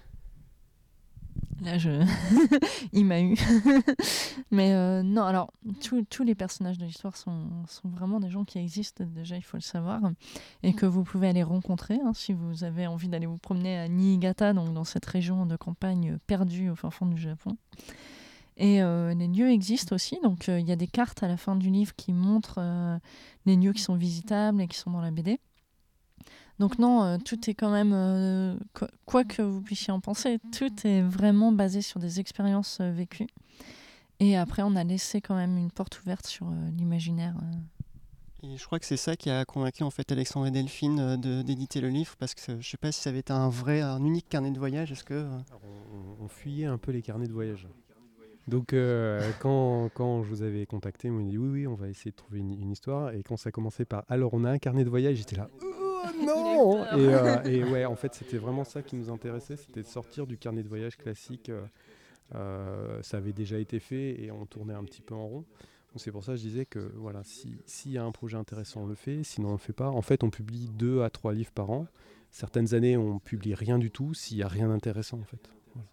Là, il m'a eu. Mais non, alors, tous les personnages de l'histoire sont vraiment des gens qui existent, déjà, il faut le savoir, et que vous pouvez aller rencontrer si vous avez envie d'aller vous promener à Niigata, donc dans cette région de campagne perdue au fin fond du Japon. Et les lieux existent aussi, donc il y a des cartes à la fin du livre qui montrent les lieux qui sont visitables et qui sont dans la BD. Donc non, tout est quand même, quoi que vous puissiez en penser, tout est vraiment basé sur des expériences vécues. Et après, on a laissé quand même une porte ouverte sur l'imaginaire. Et je crois que c'est ça qui a convaincu en fait Alexandre et Delphine d'éditer le livre, parce que je ne sais pas si ça avait été un unique carnet de voyage. Est-ce que on fuyait un peu les carnets de voyage. Donc quand je vous avais contacté, on m'a dit oui, on va essayer de trouver une histoire. Et quand ça commençait par alors on a un carnet de voyage, j'étais là. Non. Et ouais, en fait, c'était vraiment ça qui nous intéressait, c'était de sortir du carnet de voyage classique. Ça avait déjà été fait et on tournait un petit peu en rond. Donc c'est pour ça que je disais que voilà, s'il y a un projet intéressant, on le fait. Sinon, on le fait pas. En fait, on publie 2 à 3 livres par an. Certaines années, on publie rien du tout s'il y a rien d'intéressant, en fait. Voilà.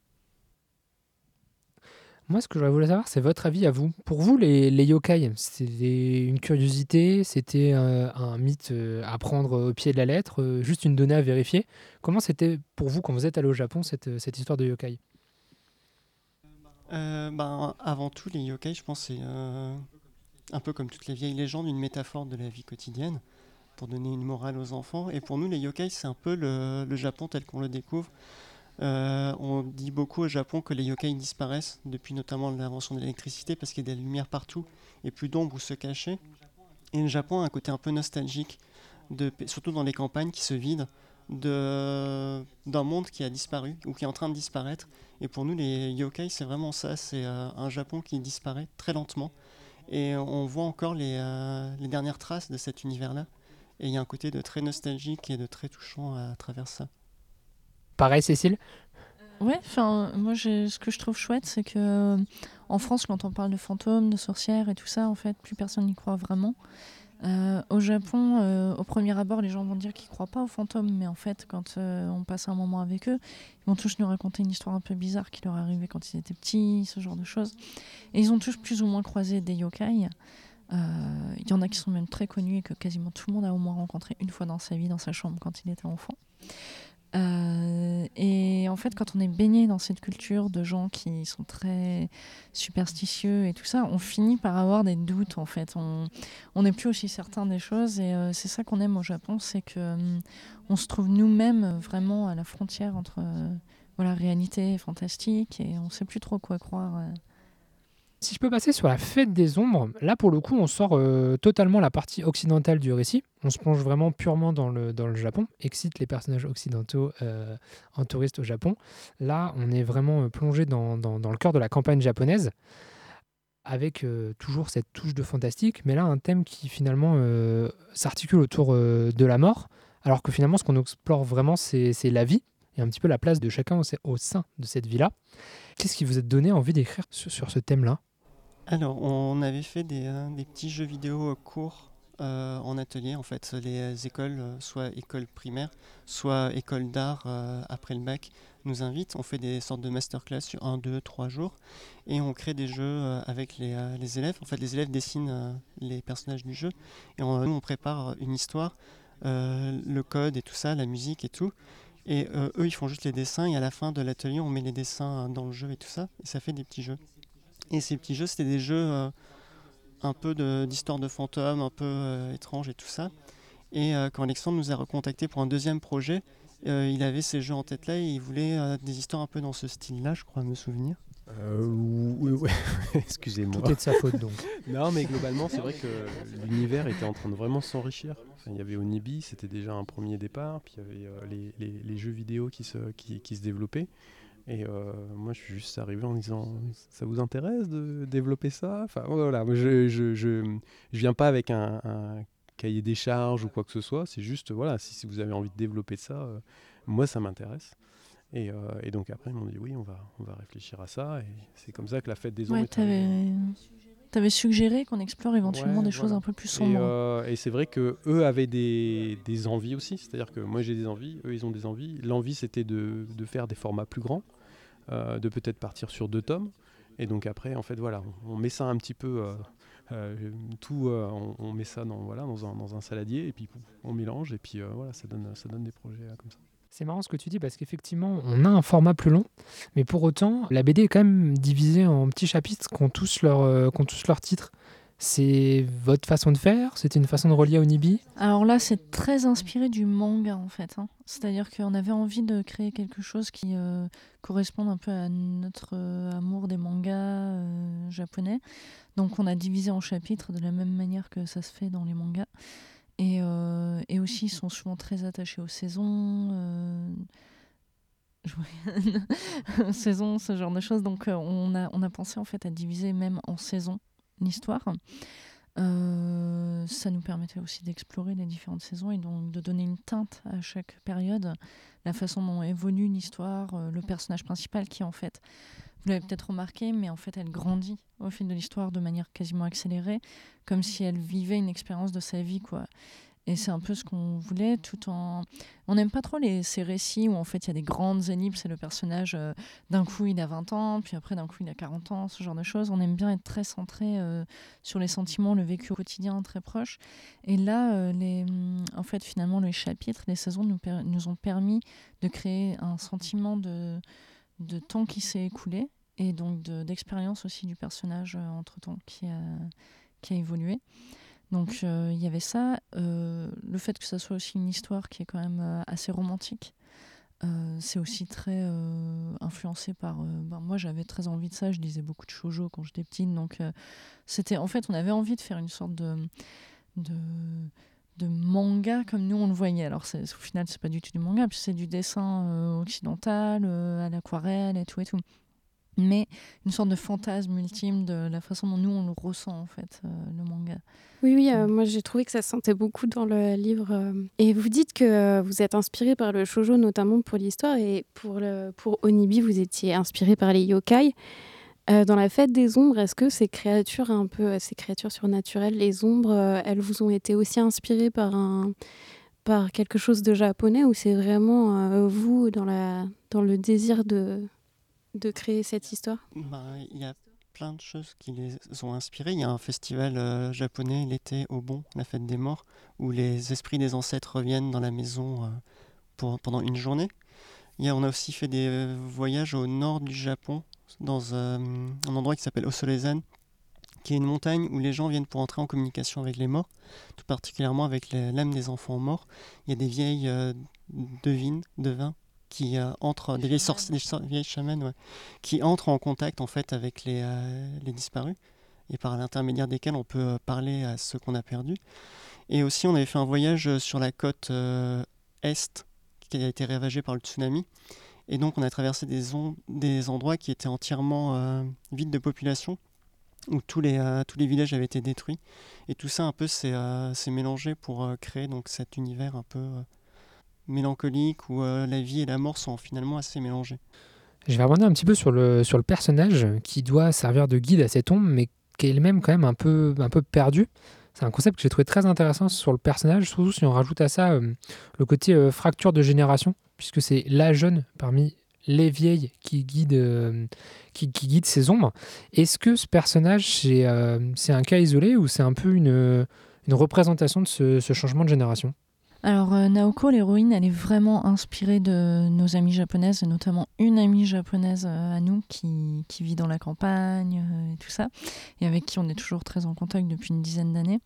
Moi, ce que j'aurais voulu savoir, c'est votre avis à vous. Pour vous, les yokai, c'était une curiosité, c'était un mythe à prendre au pied de la lettre, juste une donnée à vérifier. Comment c'était pour vous, quand vous êtes allé au Japon, cette histoire de yokai ? Avant tout, les yokai, je pense, c'est un peu comme toutes les vieilles légendes, une métaphore de la vie quotidienne pour donner une morale aux enfants. Et pour nous, les yokai, c'est un peu le Japon tel qu'on le découvre. On dit beaucoup au Japon que les yokai disparaissent depuis notamment l'invention de l'électricité parce qu'il y a des lumières partout et plus d'ombre où se cacher. Et le Japon a un côté un peu nostalgique, surtout dans les campagnes qui se vident d'un monde qui a disparu ou qui est en train de disparaître. Et pour nous, les yokai, c'est vraiment ça, c'est un Japon qui disparaît très lentement. Et on voit encore les dernières traces de cet univers-là. Et il y a un côté de très nostalgique et de très touchant à travers ça. Pareil, Cécile? Ouais, moi, ce que je trouve chouette, c'est que en France, quand on parle de fantômes, de sorcières et tout ça, en fait, plus personne n'y croit vraiment. Au Japon, au premier abord, les gens vont dire qu'ils ne croient pas aux fantômes, mais en fait, quand on passe un moment avec eux, ils vont tous nous raconter une histoire un peu bizarre qui leur est arrivée quand ils étaient petits, ce genre de choses. Et ils ont tous plus ou moins croisé des yokai. Il y en a qui sont même très connus et que quasiment tout le monde a au moins rencontré une fois dans sa vie, dans sa chambre, quand il était enfant. Et en fait, quand on est baigné dans cette culture de gens qui sont très superstitieux et tout ça, on finit par avoir des doutes en fait. On n'est plus aussi certain des choses et c'est ça qu'on aime au Japon, c'est que on se trouve nous-mêmes vraiment à la frontière entre réalité et fantastique et on ne sait plus trop quoi croire. Si je peux passer sur la fête des ombres, là pour le coup on sort totalement la partie occidentale du récit. On se plonge vraiment purement dans le Japon, excite les personnages occidentaux en touriste au Japon. Là on est vraiment plongé dans le cœur de la campagne japonaise, avec toujours cette touche de fantastique, mais là un thème qui finalement s'articule autour de la mort, alors que finalement ce qu'on explore vraiment c'est la vie, et un petit peu la place de chacun au sein de cette vie-là. Qu'est-ce qui vous a donné envie d'écrire sur ce thème-là ? Alors, on avait fait des petits jeux vidéo courts en atelier, en fait. Les écoles, soit écoles primaires, soit écoles d'art après le bac, nous invitent. On fait des sortes de masterclass sur 1, 2, 3 jours. Et on crée des jeux avec les élèves. En fait, les élèves dessinent les personnages du jeu. Et nous, on prépare une histoire, le code et tout ça, la musique et tout. Et eux, ils font juste les dessins. Et à la fin de l'atelier, on met les dessins dans le jeu et tout ça. Et ça fait des petits jeux. Et ces petits jeux, c'était des jeux un peu d'histoire de fantômes, un peu étranges et tout ça. Et quand Alexandre nous a recontactés pour un deuxième projet, il avait ces jeux en tête là et il voulait des histoires un peu dans ce style-là, je crois me souvenir. Oui. Excusez-moi. Tout est de sa faute donc. Non, mais globalement, c'est vrai que l'univers était en train de vraiment s'enrichir. Enfin, il y avait Onibi, c'était déjà un premier départ, puis il y avait les jeux vidéo qui se développaient. Et moi, je suis juste arrivé en disant « Ça vous intéresse de développer ça ?» Enfin, voilà, je viens pas avec un cahier des charges ou quoi que ce soit. C'est juste, voilà, si vous avez envie de développer ça, moi, ça m'intéresse. Et donc après, ils m'ont dit « Oui, on va réfléchir à ça. » Et c'est comme ça que la fête des ombres est arrivée. T'avais suggéré qu'on explore éventuellement des choses un peu plus sombres. Et c'est vrai qu'eux avaient des envies aussi. C'est-à-dire que moi, j'ai des envies, eux, ils ont des envies. L'envie, c'était de faire des formats plus grands. De peut-être partir sur 2 tomes. Et donc après, en fait, voilà, on met ça un petit peu, on met ça dans un saladier, et puis on mélange, et puis voilà, ça donne des projets comme ça. C'est marrant ce que tu dis, parce qu'effectivement, on a un format plus long, mais pour autant, la BD est quand même divisée en petits chapitres qui ont tous leur titre. C'est votre façon de faire? C'était une façon de relier à Onibi? Alors là, c'est très inspiré du manga en fait. C'est-à-dire qu'on avait envie de créer quelque chose qui corresponde un peu à notre amour des mangas japonais. Donc on a divisé en chapitres de la même manière que ça se fait dans les mangas. Et aussi, ils sont souvent très attachés aux saisons. Saisons, ce genre de choses. Donc on a pensé en fait à diviser même en saisons l'histoire. Ça nous permettait aussi d'explorer les différentes saisons et donc de donner une teinte à chaque période, la façon dont évolue une histoire, le personnage principal qui en fait, vous l'avez peut-être remarqué, mais en fait elle grandit au fil de l'histoire de manière quasiment accélérée, comme si elle vivait une expérience de sa vie, quoi. Et c'est un peu ce qu'on voulait, tout en... On n'aime pas trop ces récits où en fait il y a des grandes ellipses et le personnage, d'un coup il a 20 ans, puis après d'un coup il a 40 ans, ce genre de choses. On aime bien être très centré sur les sentiments, le vécu au quotidien, très proche. Et là, en fait finalement les chapitres, les saisons nous ont permis de créer un sentiment de temps qui s'est écoulé et donc d'expérience aussi du personnage entre-temps qui a évolué. Donc il y avait ça, le fait que ça soit aussi une histoire qui est quand même assez romantique. C'est aussi très influencé par... moi, j'avais très envie de ça. Je lisais beaucoup de shoujo quand j'étais petite. Donc, en fait, on avait envie de faire une sorte de manga comme nous, on le voyait. Alors, au final, c'est pas du tout du manga, puis c'est du dessin occidental, à l'aquarelle et tout. Mais une sorte de fantasme ultime de la façon dont nous, on le ressent, en fait, le manga. Oui, moi j'ai trouvé que ça se sentait beaucoup dans le livre. Et vous dites que vous êtes inspiré par le shoujo, notamment pour l'histoire, et pour Onibi, vous étiez inspiré par les yokai. Dans la Fête des Ombres, est-ce que ces créatures surnaturelles, les ombres, elles vous ont été aussi inspirées par quelque chose de japonais, ou c'est vraiment vous dans le désir de créer cette histoire? Il y a plein de choses qui les ont inspirés. Il y a un festival japonais l'été au Bon, la fête des morts, où les esprits des ancêtres reviennent dans la maison pendant une journée. On a aussi fait des voyages au nord du Japon, dans un endroit qui s'appelle Osorezen, qui est une montagne où les gens viennent pour entrer en communication avec les morts, tout particulièrement avec l'âme des enfants morts. Il y a des vieilles devins qui entrent, des vieilles chamanes, qui entrent en contact en fait avec les disparus, et par l'intermédiaire desquels on peut parler à ceux qu'on a perdus. Et aussi on avait fait un voyage sur la côte est qui a été ravagée par le tsunami, et donc on a traversé des endroits qui étaient entièrement vides de population, où tous les villages avaient été détruits, et tout ça un peu s'est mélangé pour créer donc cet univers un peu mélancolique où la vie et la mort sont finalement assez mélangées. Je vais rebondir un petit peu sur le personnage qui doit servir de guide à cette ombre, mais qui est elle-même quand même un peu perdu. C'est un concept que j'ai trouvé très intéressant sur le personnage, surtout si on rajoute à ça le côté fracture de génération, puisque c'est la jeune parmi les vieilles qui guide ces ombres. Est-ce que ce personnage, c'est un cas isolé, ou c'est un peu une représentation de ce changement de génération ? Alors Naoko, l'héroïne, elle est vraiment inspirée de nos amies japonaises, et notamment une amie japonaise à nous qui vit dans la campagne et tout ça, et avec qui on est toujours très en contact depuis une dizaine d'années.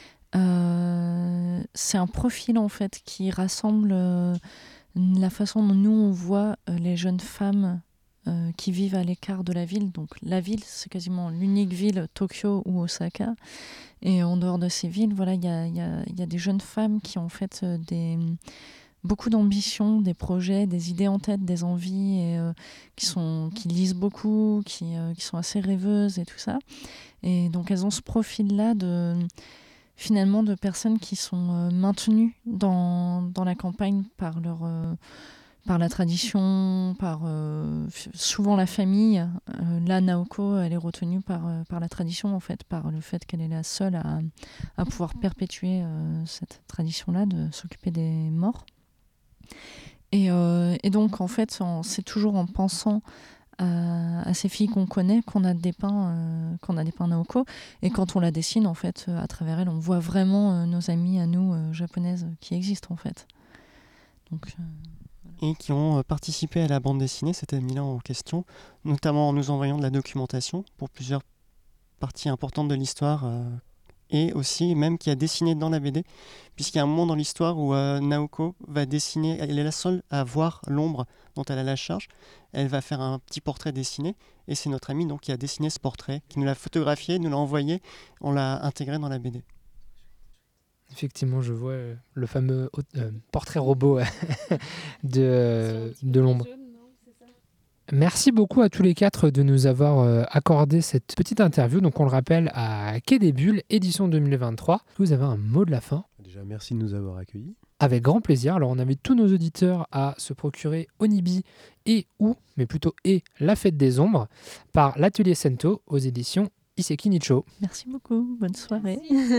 C'est un profil en fait qui rassemble la façon dont nous on voit les jeunes femmes qui vivent à l'écart de la ville. Donc la ville, c'est quasiment l'unique ville, Tokyo ou Osaka. Et en dehors de ces villes, voilà, il y a des jeunes femmes qui ont en fait beaucoup d'ambitions, des projets, des idées en tête, des envies, et qui lisent beaucoup, qui sont assez rêveuses et tout ça. Et donc elles ont ce profil-là finalement de personnes qui sont maintenues dans la campagne par la tradition, par souvent la famille. Là, Naoko, elle est retenue par la tradition, en fait, par le fait qu'elle est la seule à pouvoir perpétuer cette tradition-là de s'occuper des morts. Et donc, en fait, c'est toujours en pensant à ces filles qu'on connaît qu'on a dépeint Naoko. Et quand on la dessine, en fait, à travers elle, on voit vraiment nos amies à nous, japonaises, qui existent, en fait. Donc... Et qui ont participé à la bande dessinée, c'était Milan en question, notamment en nous envoyant de la documentation pour plusieurs parties importantes de l'histoire, et aussi même qui a dessiné dans la BD, puisqu'il y a un moment dans l'histoire où Naoko va dessiner, elle est la seule à voir l'ombre dont elle a la charge, elle va faire un petit portrait dessiné, et c'est notre ami donc qui a dessiné ce portrait, qui nous l'a photographié, nous l'a envoyé, on l'a intégré dans la BD. Effectivement, je vois le fameux portrait robot de l'ombre. Merci beaucoup à tous les quatre de nous avoir accordé cette petite interview. Donc on le rappelle, à Quai des Bulles, édition 2023. Vous avez un mot de la fin? Déjà, merci de nous avoir accueillis. Avec grand plaisir. Alors on invite tous nos auditeurs à se procurer Onibi mais plutôt La Fête des Ombres par l'Atelier Sento aux éditions Iseki Nicho. Merci beaucoup, bonne soirée.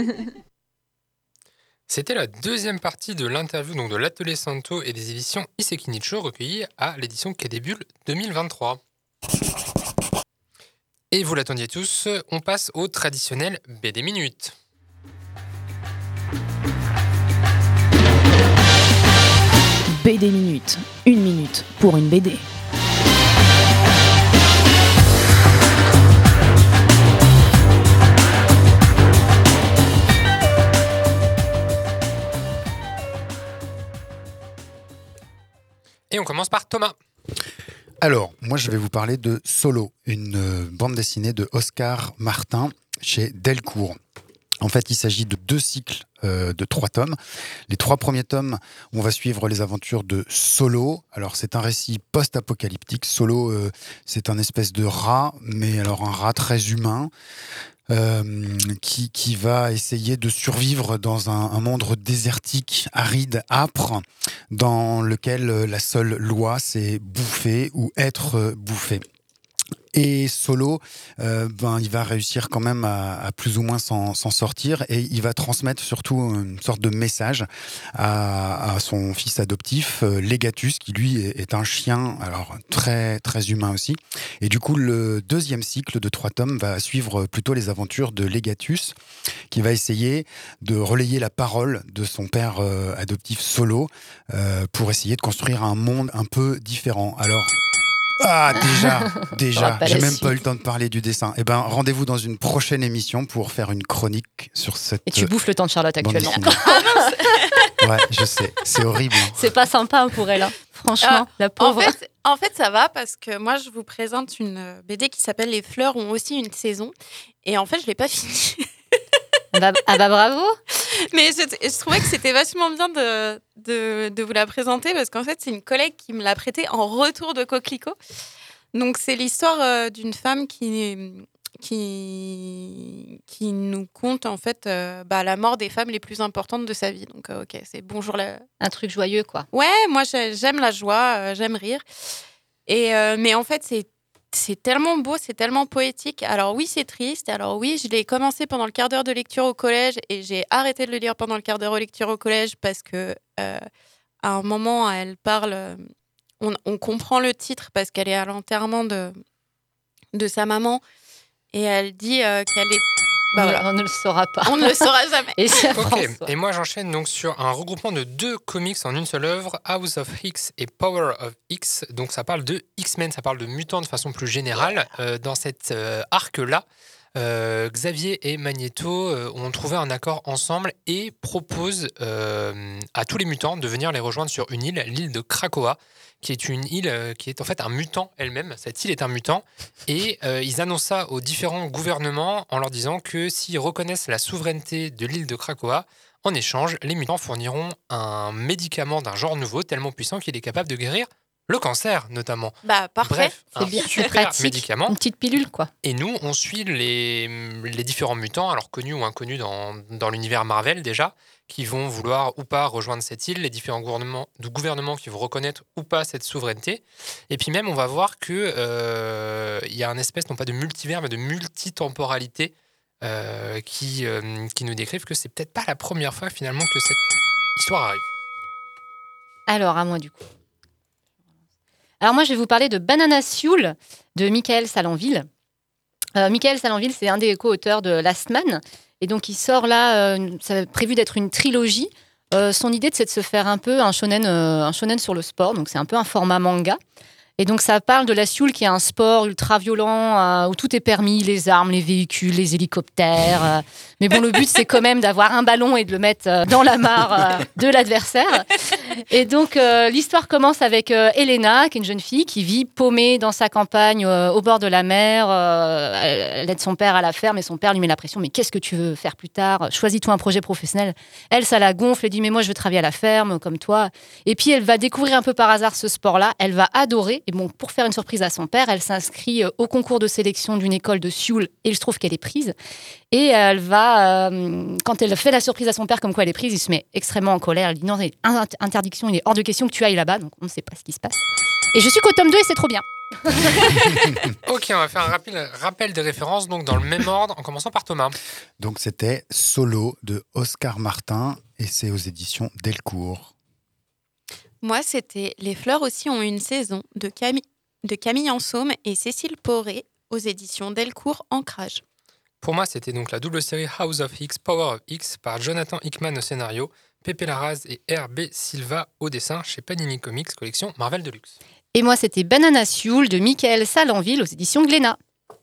C'était la deuxième partie de l'interview donc de l'Atelier Sento et des éditions Iseki Nicho recueillies à l'édition Quai des Bulles 2023. Et vous l'attendiez tous, on passe au traditionnel BD Minute. BD Minute, 1 minute pour une BD. Et on commence par Thomas. Alors, moi, je vais vous parler de Solo, une bande dessinée de Oscar Martin chez Delcourt. En fait, il s'agit de 2 cycles de 3 tomes. Les 3 premiers tomes, on va suivre les aventures de Solo. Alors, c'est un récit post-apocalyptique. Solo, c'est un espèce de rat, mais alors un rat très humain. Qui va essayer de survivre dans un monde désertique, aride, âpre, dans lequel la seule loi, c'est bouffer ou être bouffé. Et Solo, il va réussir quand même à plus ou moins s'en sortir, et il va transmettre surtout une sorte de message à son fils adoptif, Legatus, qui lui est un chien, alors très très humain aussi. Et du coup, le 2e cycle de 3 tomes va suivre plutôt les aventures de Legatus, qui va essayer de relayer la parole de son père adoptif Solo pour essayer de construire un monde un peu différent. Alors déjà, j'ai même pas eu le temps de parler du dessin. Eh ben, rendez-vous dans une prochaine émission pour faire une chronique sur cette. Et tu bouffes le temps de Charlotte actuellement. Ouais, je sais, c'est horrible. C'est pas sympa pour elle, hein. Franchement, la pauvre. En fait, ça va parce que moi, je vous présente une BD qui s'appelle Les fleurs ont aussi une saison. Et en fait, je l'ai pas finie. Bravo. Mais je trouvais que c'était vachement bien de vous la présenter parce qu'en fait, c'est une collègue qui me l'a prêtée en retour de Coquelicot. Donc, c'est l'histoire d'une femme qui nous conte en fait la mort des femmes les plus importantes de sa vie. Donc, ok, c'est bonjour la... Un truc joyeux, quoi. Ouais, moi, j'aime la joie, j'aime rire. Mais en fait, c'est tellement beau, c'est tellement poétique. Alors oui, c'est triste. Alors oui, je l'ai commencé pendant le quart d'heure de lecture au collège et j'ai arrêté de le lire pendant le quart d'heure de lecture au collège parce que à un moment, elle parle... On comprend le titre parce qu'elle est à l'enterrement de sa maman et elle dit qu'elle est... Voilà. On ne le saura pas. On ne le saura jamais. Et moi, j'enchaîne donc sur un regroupement de 2 comics en une seule œuvre, House of X et Power of X. Donc, ça parle de X-Men, ça parle de mutants de façon plus générale. Dans cet arc-là, Xavier et Magneto ont trouvé un accord ensemble et proposent à tous les mutants de venir les rejoindre sur une île, l'île de Krakoa, qui est une île qui est en fait un mutant elle-même. Cette île est un mutant. Et ils annoncent ça aux différents gouvernements en leur disant que s'ils reconnaissent la souveraineté de l'île de Krakoa, en échange, les mutants fourniront un médicament d'un genre nouveau tellement puissant qu'il est capable de guérir le cancer, notamment. Parfait. Bref, c'est bien, super pratique. Médicament. Une petite pilule, quoi. Et nous, on suit les différents mutants, alors connus ou inconnus dans l'univers Marvel déjà, qui vont vouloir ou pas rejoindre cette île, les différents gouvernements qui vont reconnaître ou pas cette souveraineté. Et puis même, on va voir qu'il y a un espèce, non pas de multivers, mais de multitemporalité qui nous décrivent que c'est peut-être pas la première fois finalement que cette histoire arrive. Alors, à moi du coup. Alors moi, je vais vous parler de Banana Sioule de Michael Salanville. Michael Salanville, c'est un des co-auteurs de Last Man. Et donc, il sort là, ça a prévu d'être une trilogie. Son idée, c'est de se faire un peu un shonen sur le sport. Donc, c'est un peu un format manga. Et donc, ça parle de la Sioule, qui est un sport ultra violent, où tout est permis, les armes, les véhicules, les hélicoptères. Mais bon, le but, c'est quand même d'avoir un ballon et de le mettre dans la mare de l'adversaire. Et donc, l'histoire commence avec Elena, qui est une jeune fille qui vit paumée dans sa campagne, au bord de la mer. Elle aide son père à la ferme et son père lui met la pression. Mais qu'est-ce que tu veux faire plus tard ? Choisis-toi un projet professionnel. Elle, ça la gonfle. Elle dit, mais moi, je veux travailler à la ferme, comme toi. Et puis, elle va découvrir un peu par hasard ce sport-là. Elle va adorer. Et bon, pour faire une surprise à son père, elle s'inscrit au concours de sélection d'une école de Sioule. Et il se trouve qu'elle est prise. Et elle va, quand elle fait la surprise à son père comme quoi elle est prise, il se met extrêmement en colère. Elle dit non, c'est interdiction, il est hors de question que tu ailles là-bas. Donc on ne sait pas ce qui se passe. Et je suis qu'au tome 2 et c'est trop bien. Ok, on va faire un rappel des références donc dans le même ordre, en commençant par Thomas. Donc c'était Solo de Oscar Martin et c'est aux éditions Delcourt. Moi, c'était Les fleurs aussi ont une saison de Camille Ansaume et Cécile Poré aux éditions Delcourt Ancrage. Pour moi, c'était donc la double série House of X, Power of X par Jonathan Hickman au scénario, Pepe Larraz et R.B. Silva au dessin chez Panini Comics, collection Marvel Deluxe. Et moi, c'était Banana Sioule de Michael Salanville aux éditions Glénat.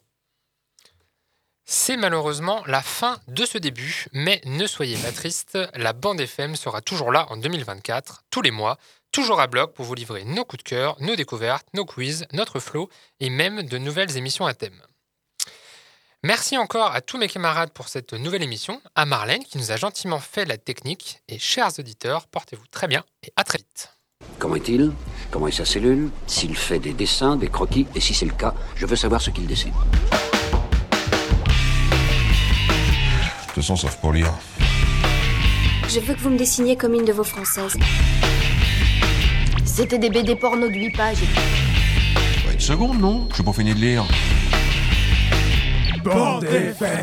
C'est malheureusement la fin de ce début, mais ne soyez pas tristes, la bande FM sera toujours là en 2024, tous les mois, toujours à bloc pour vous livrer nos coups de cœur, nos découvertes, nos quiz, notre flow et même de nouvelles émissions à thème. Merci encore à tous mes camarades pour cette nouvelle émission, à Marlène qui nous a gentiment fait la technique, et chers auditeurs, portez-vous très bien et à très vite. Comment est-il? Comment est sa cellule? S'il fait des dessins, des croquis, et si c'est le cas, je veux savoir ce qu'il dessine. Je te sens sauf pour lire. Je veux que vous me dessiniez comme une de vos françaises. C'était des BD porno de 8 pages. Pas une seconde, non? Je pas fini de lire. Bande FM.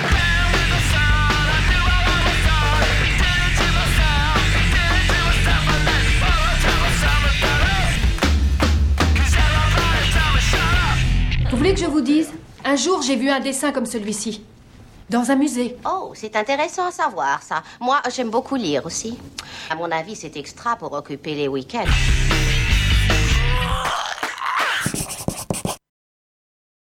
Vous voulez que je vous dise? Un jour, j'ai vu un dessin comme celui-ci. Dans un musée. Oh, c'est intéressant à savoir, ça. Moi, j'aime beaucoup lire aussi. À mon avis, c'est extra pour occuper les week-ends.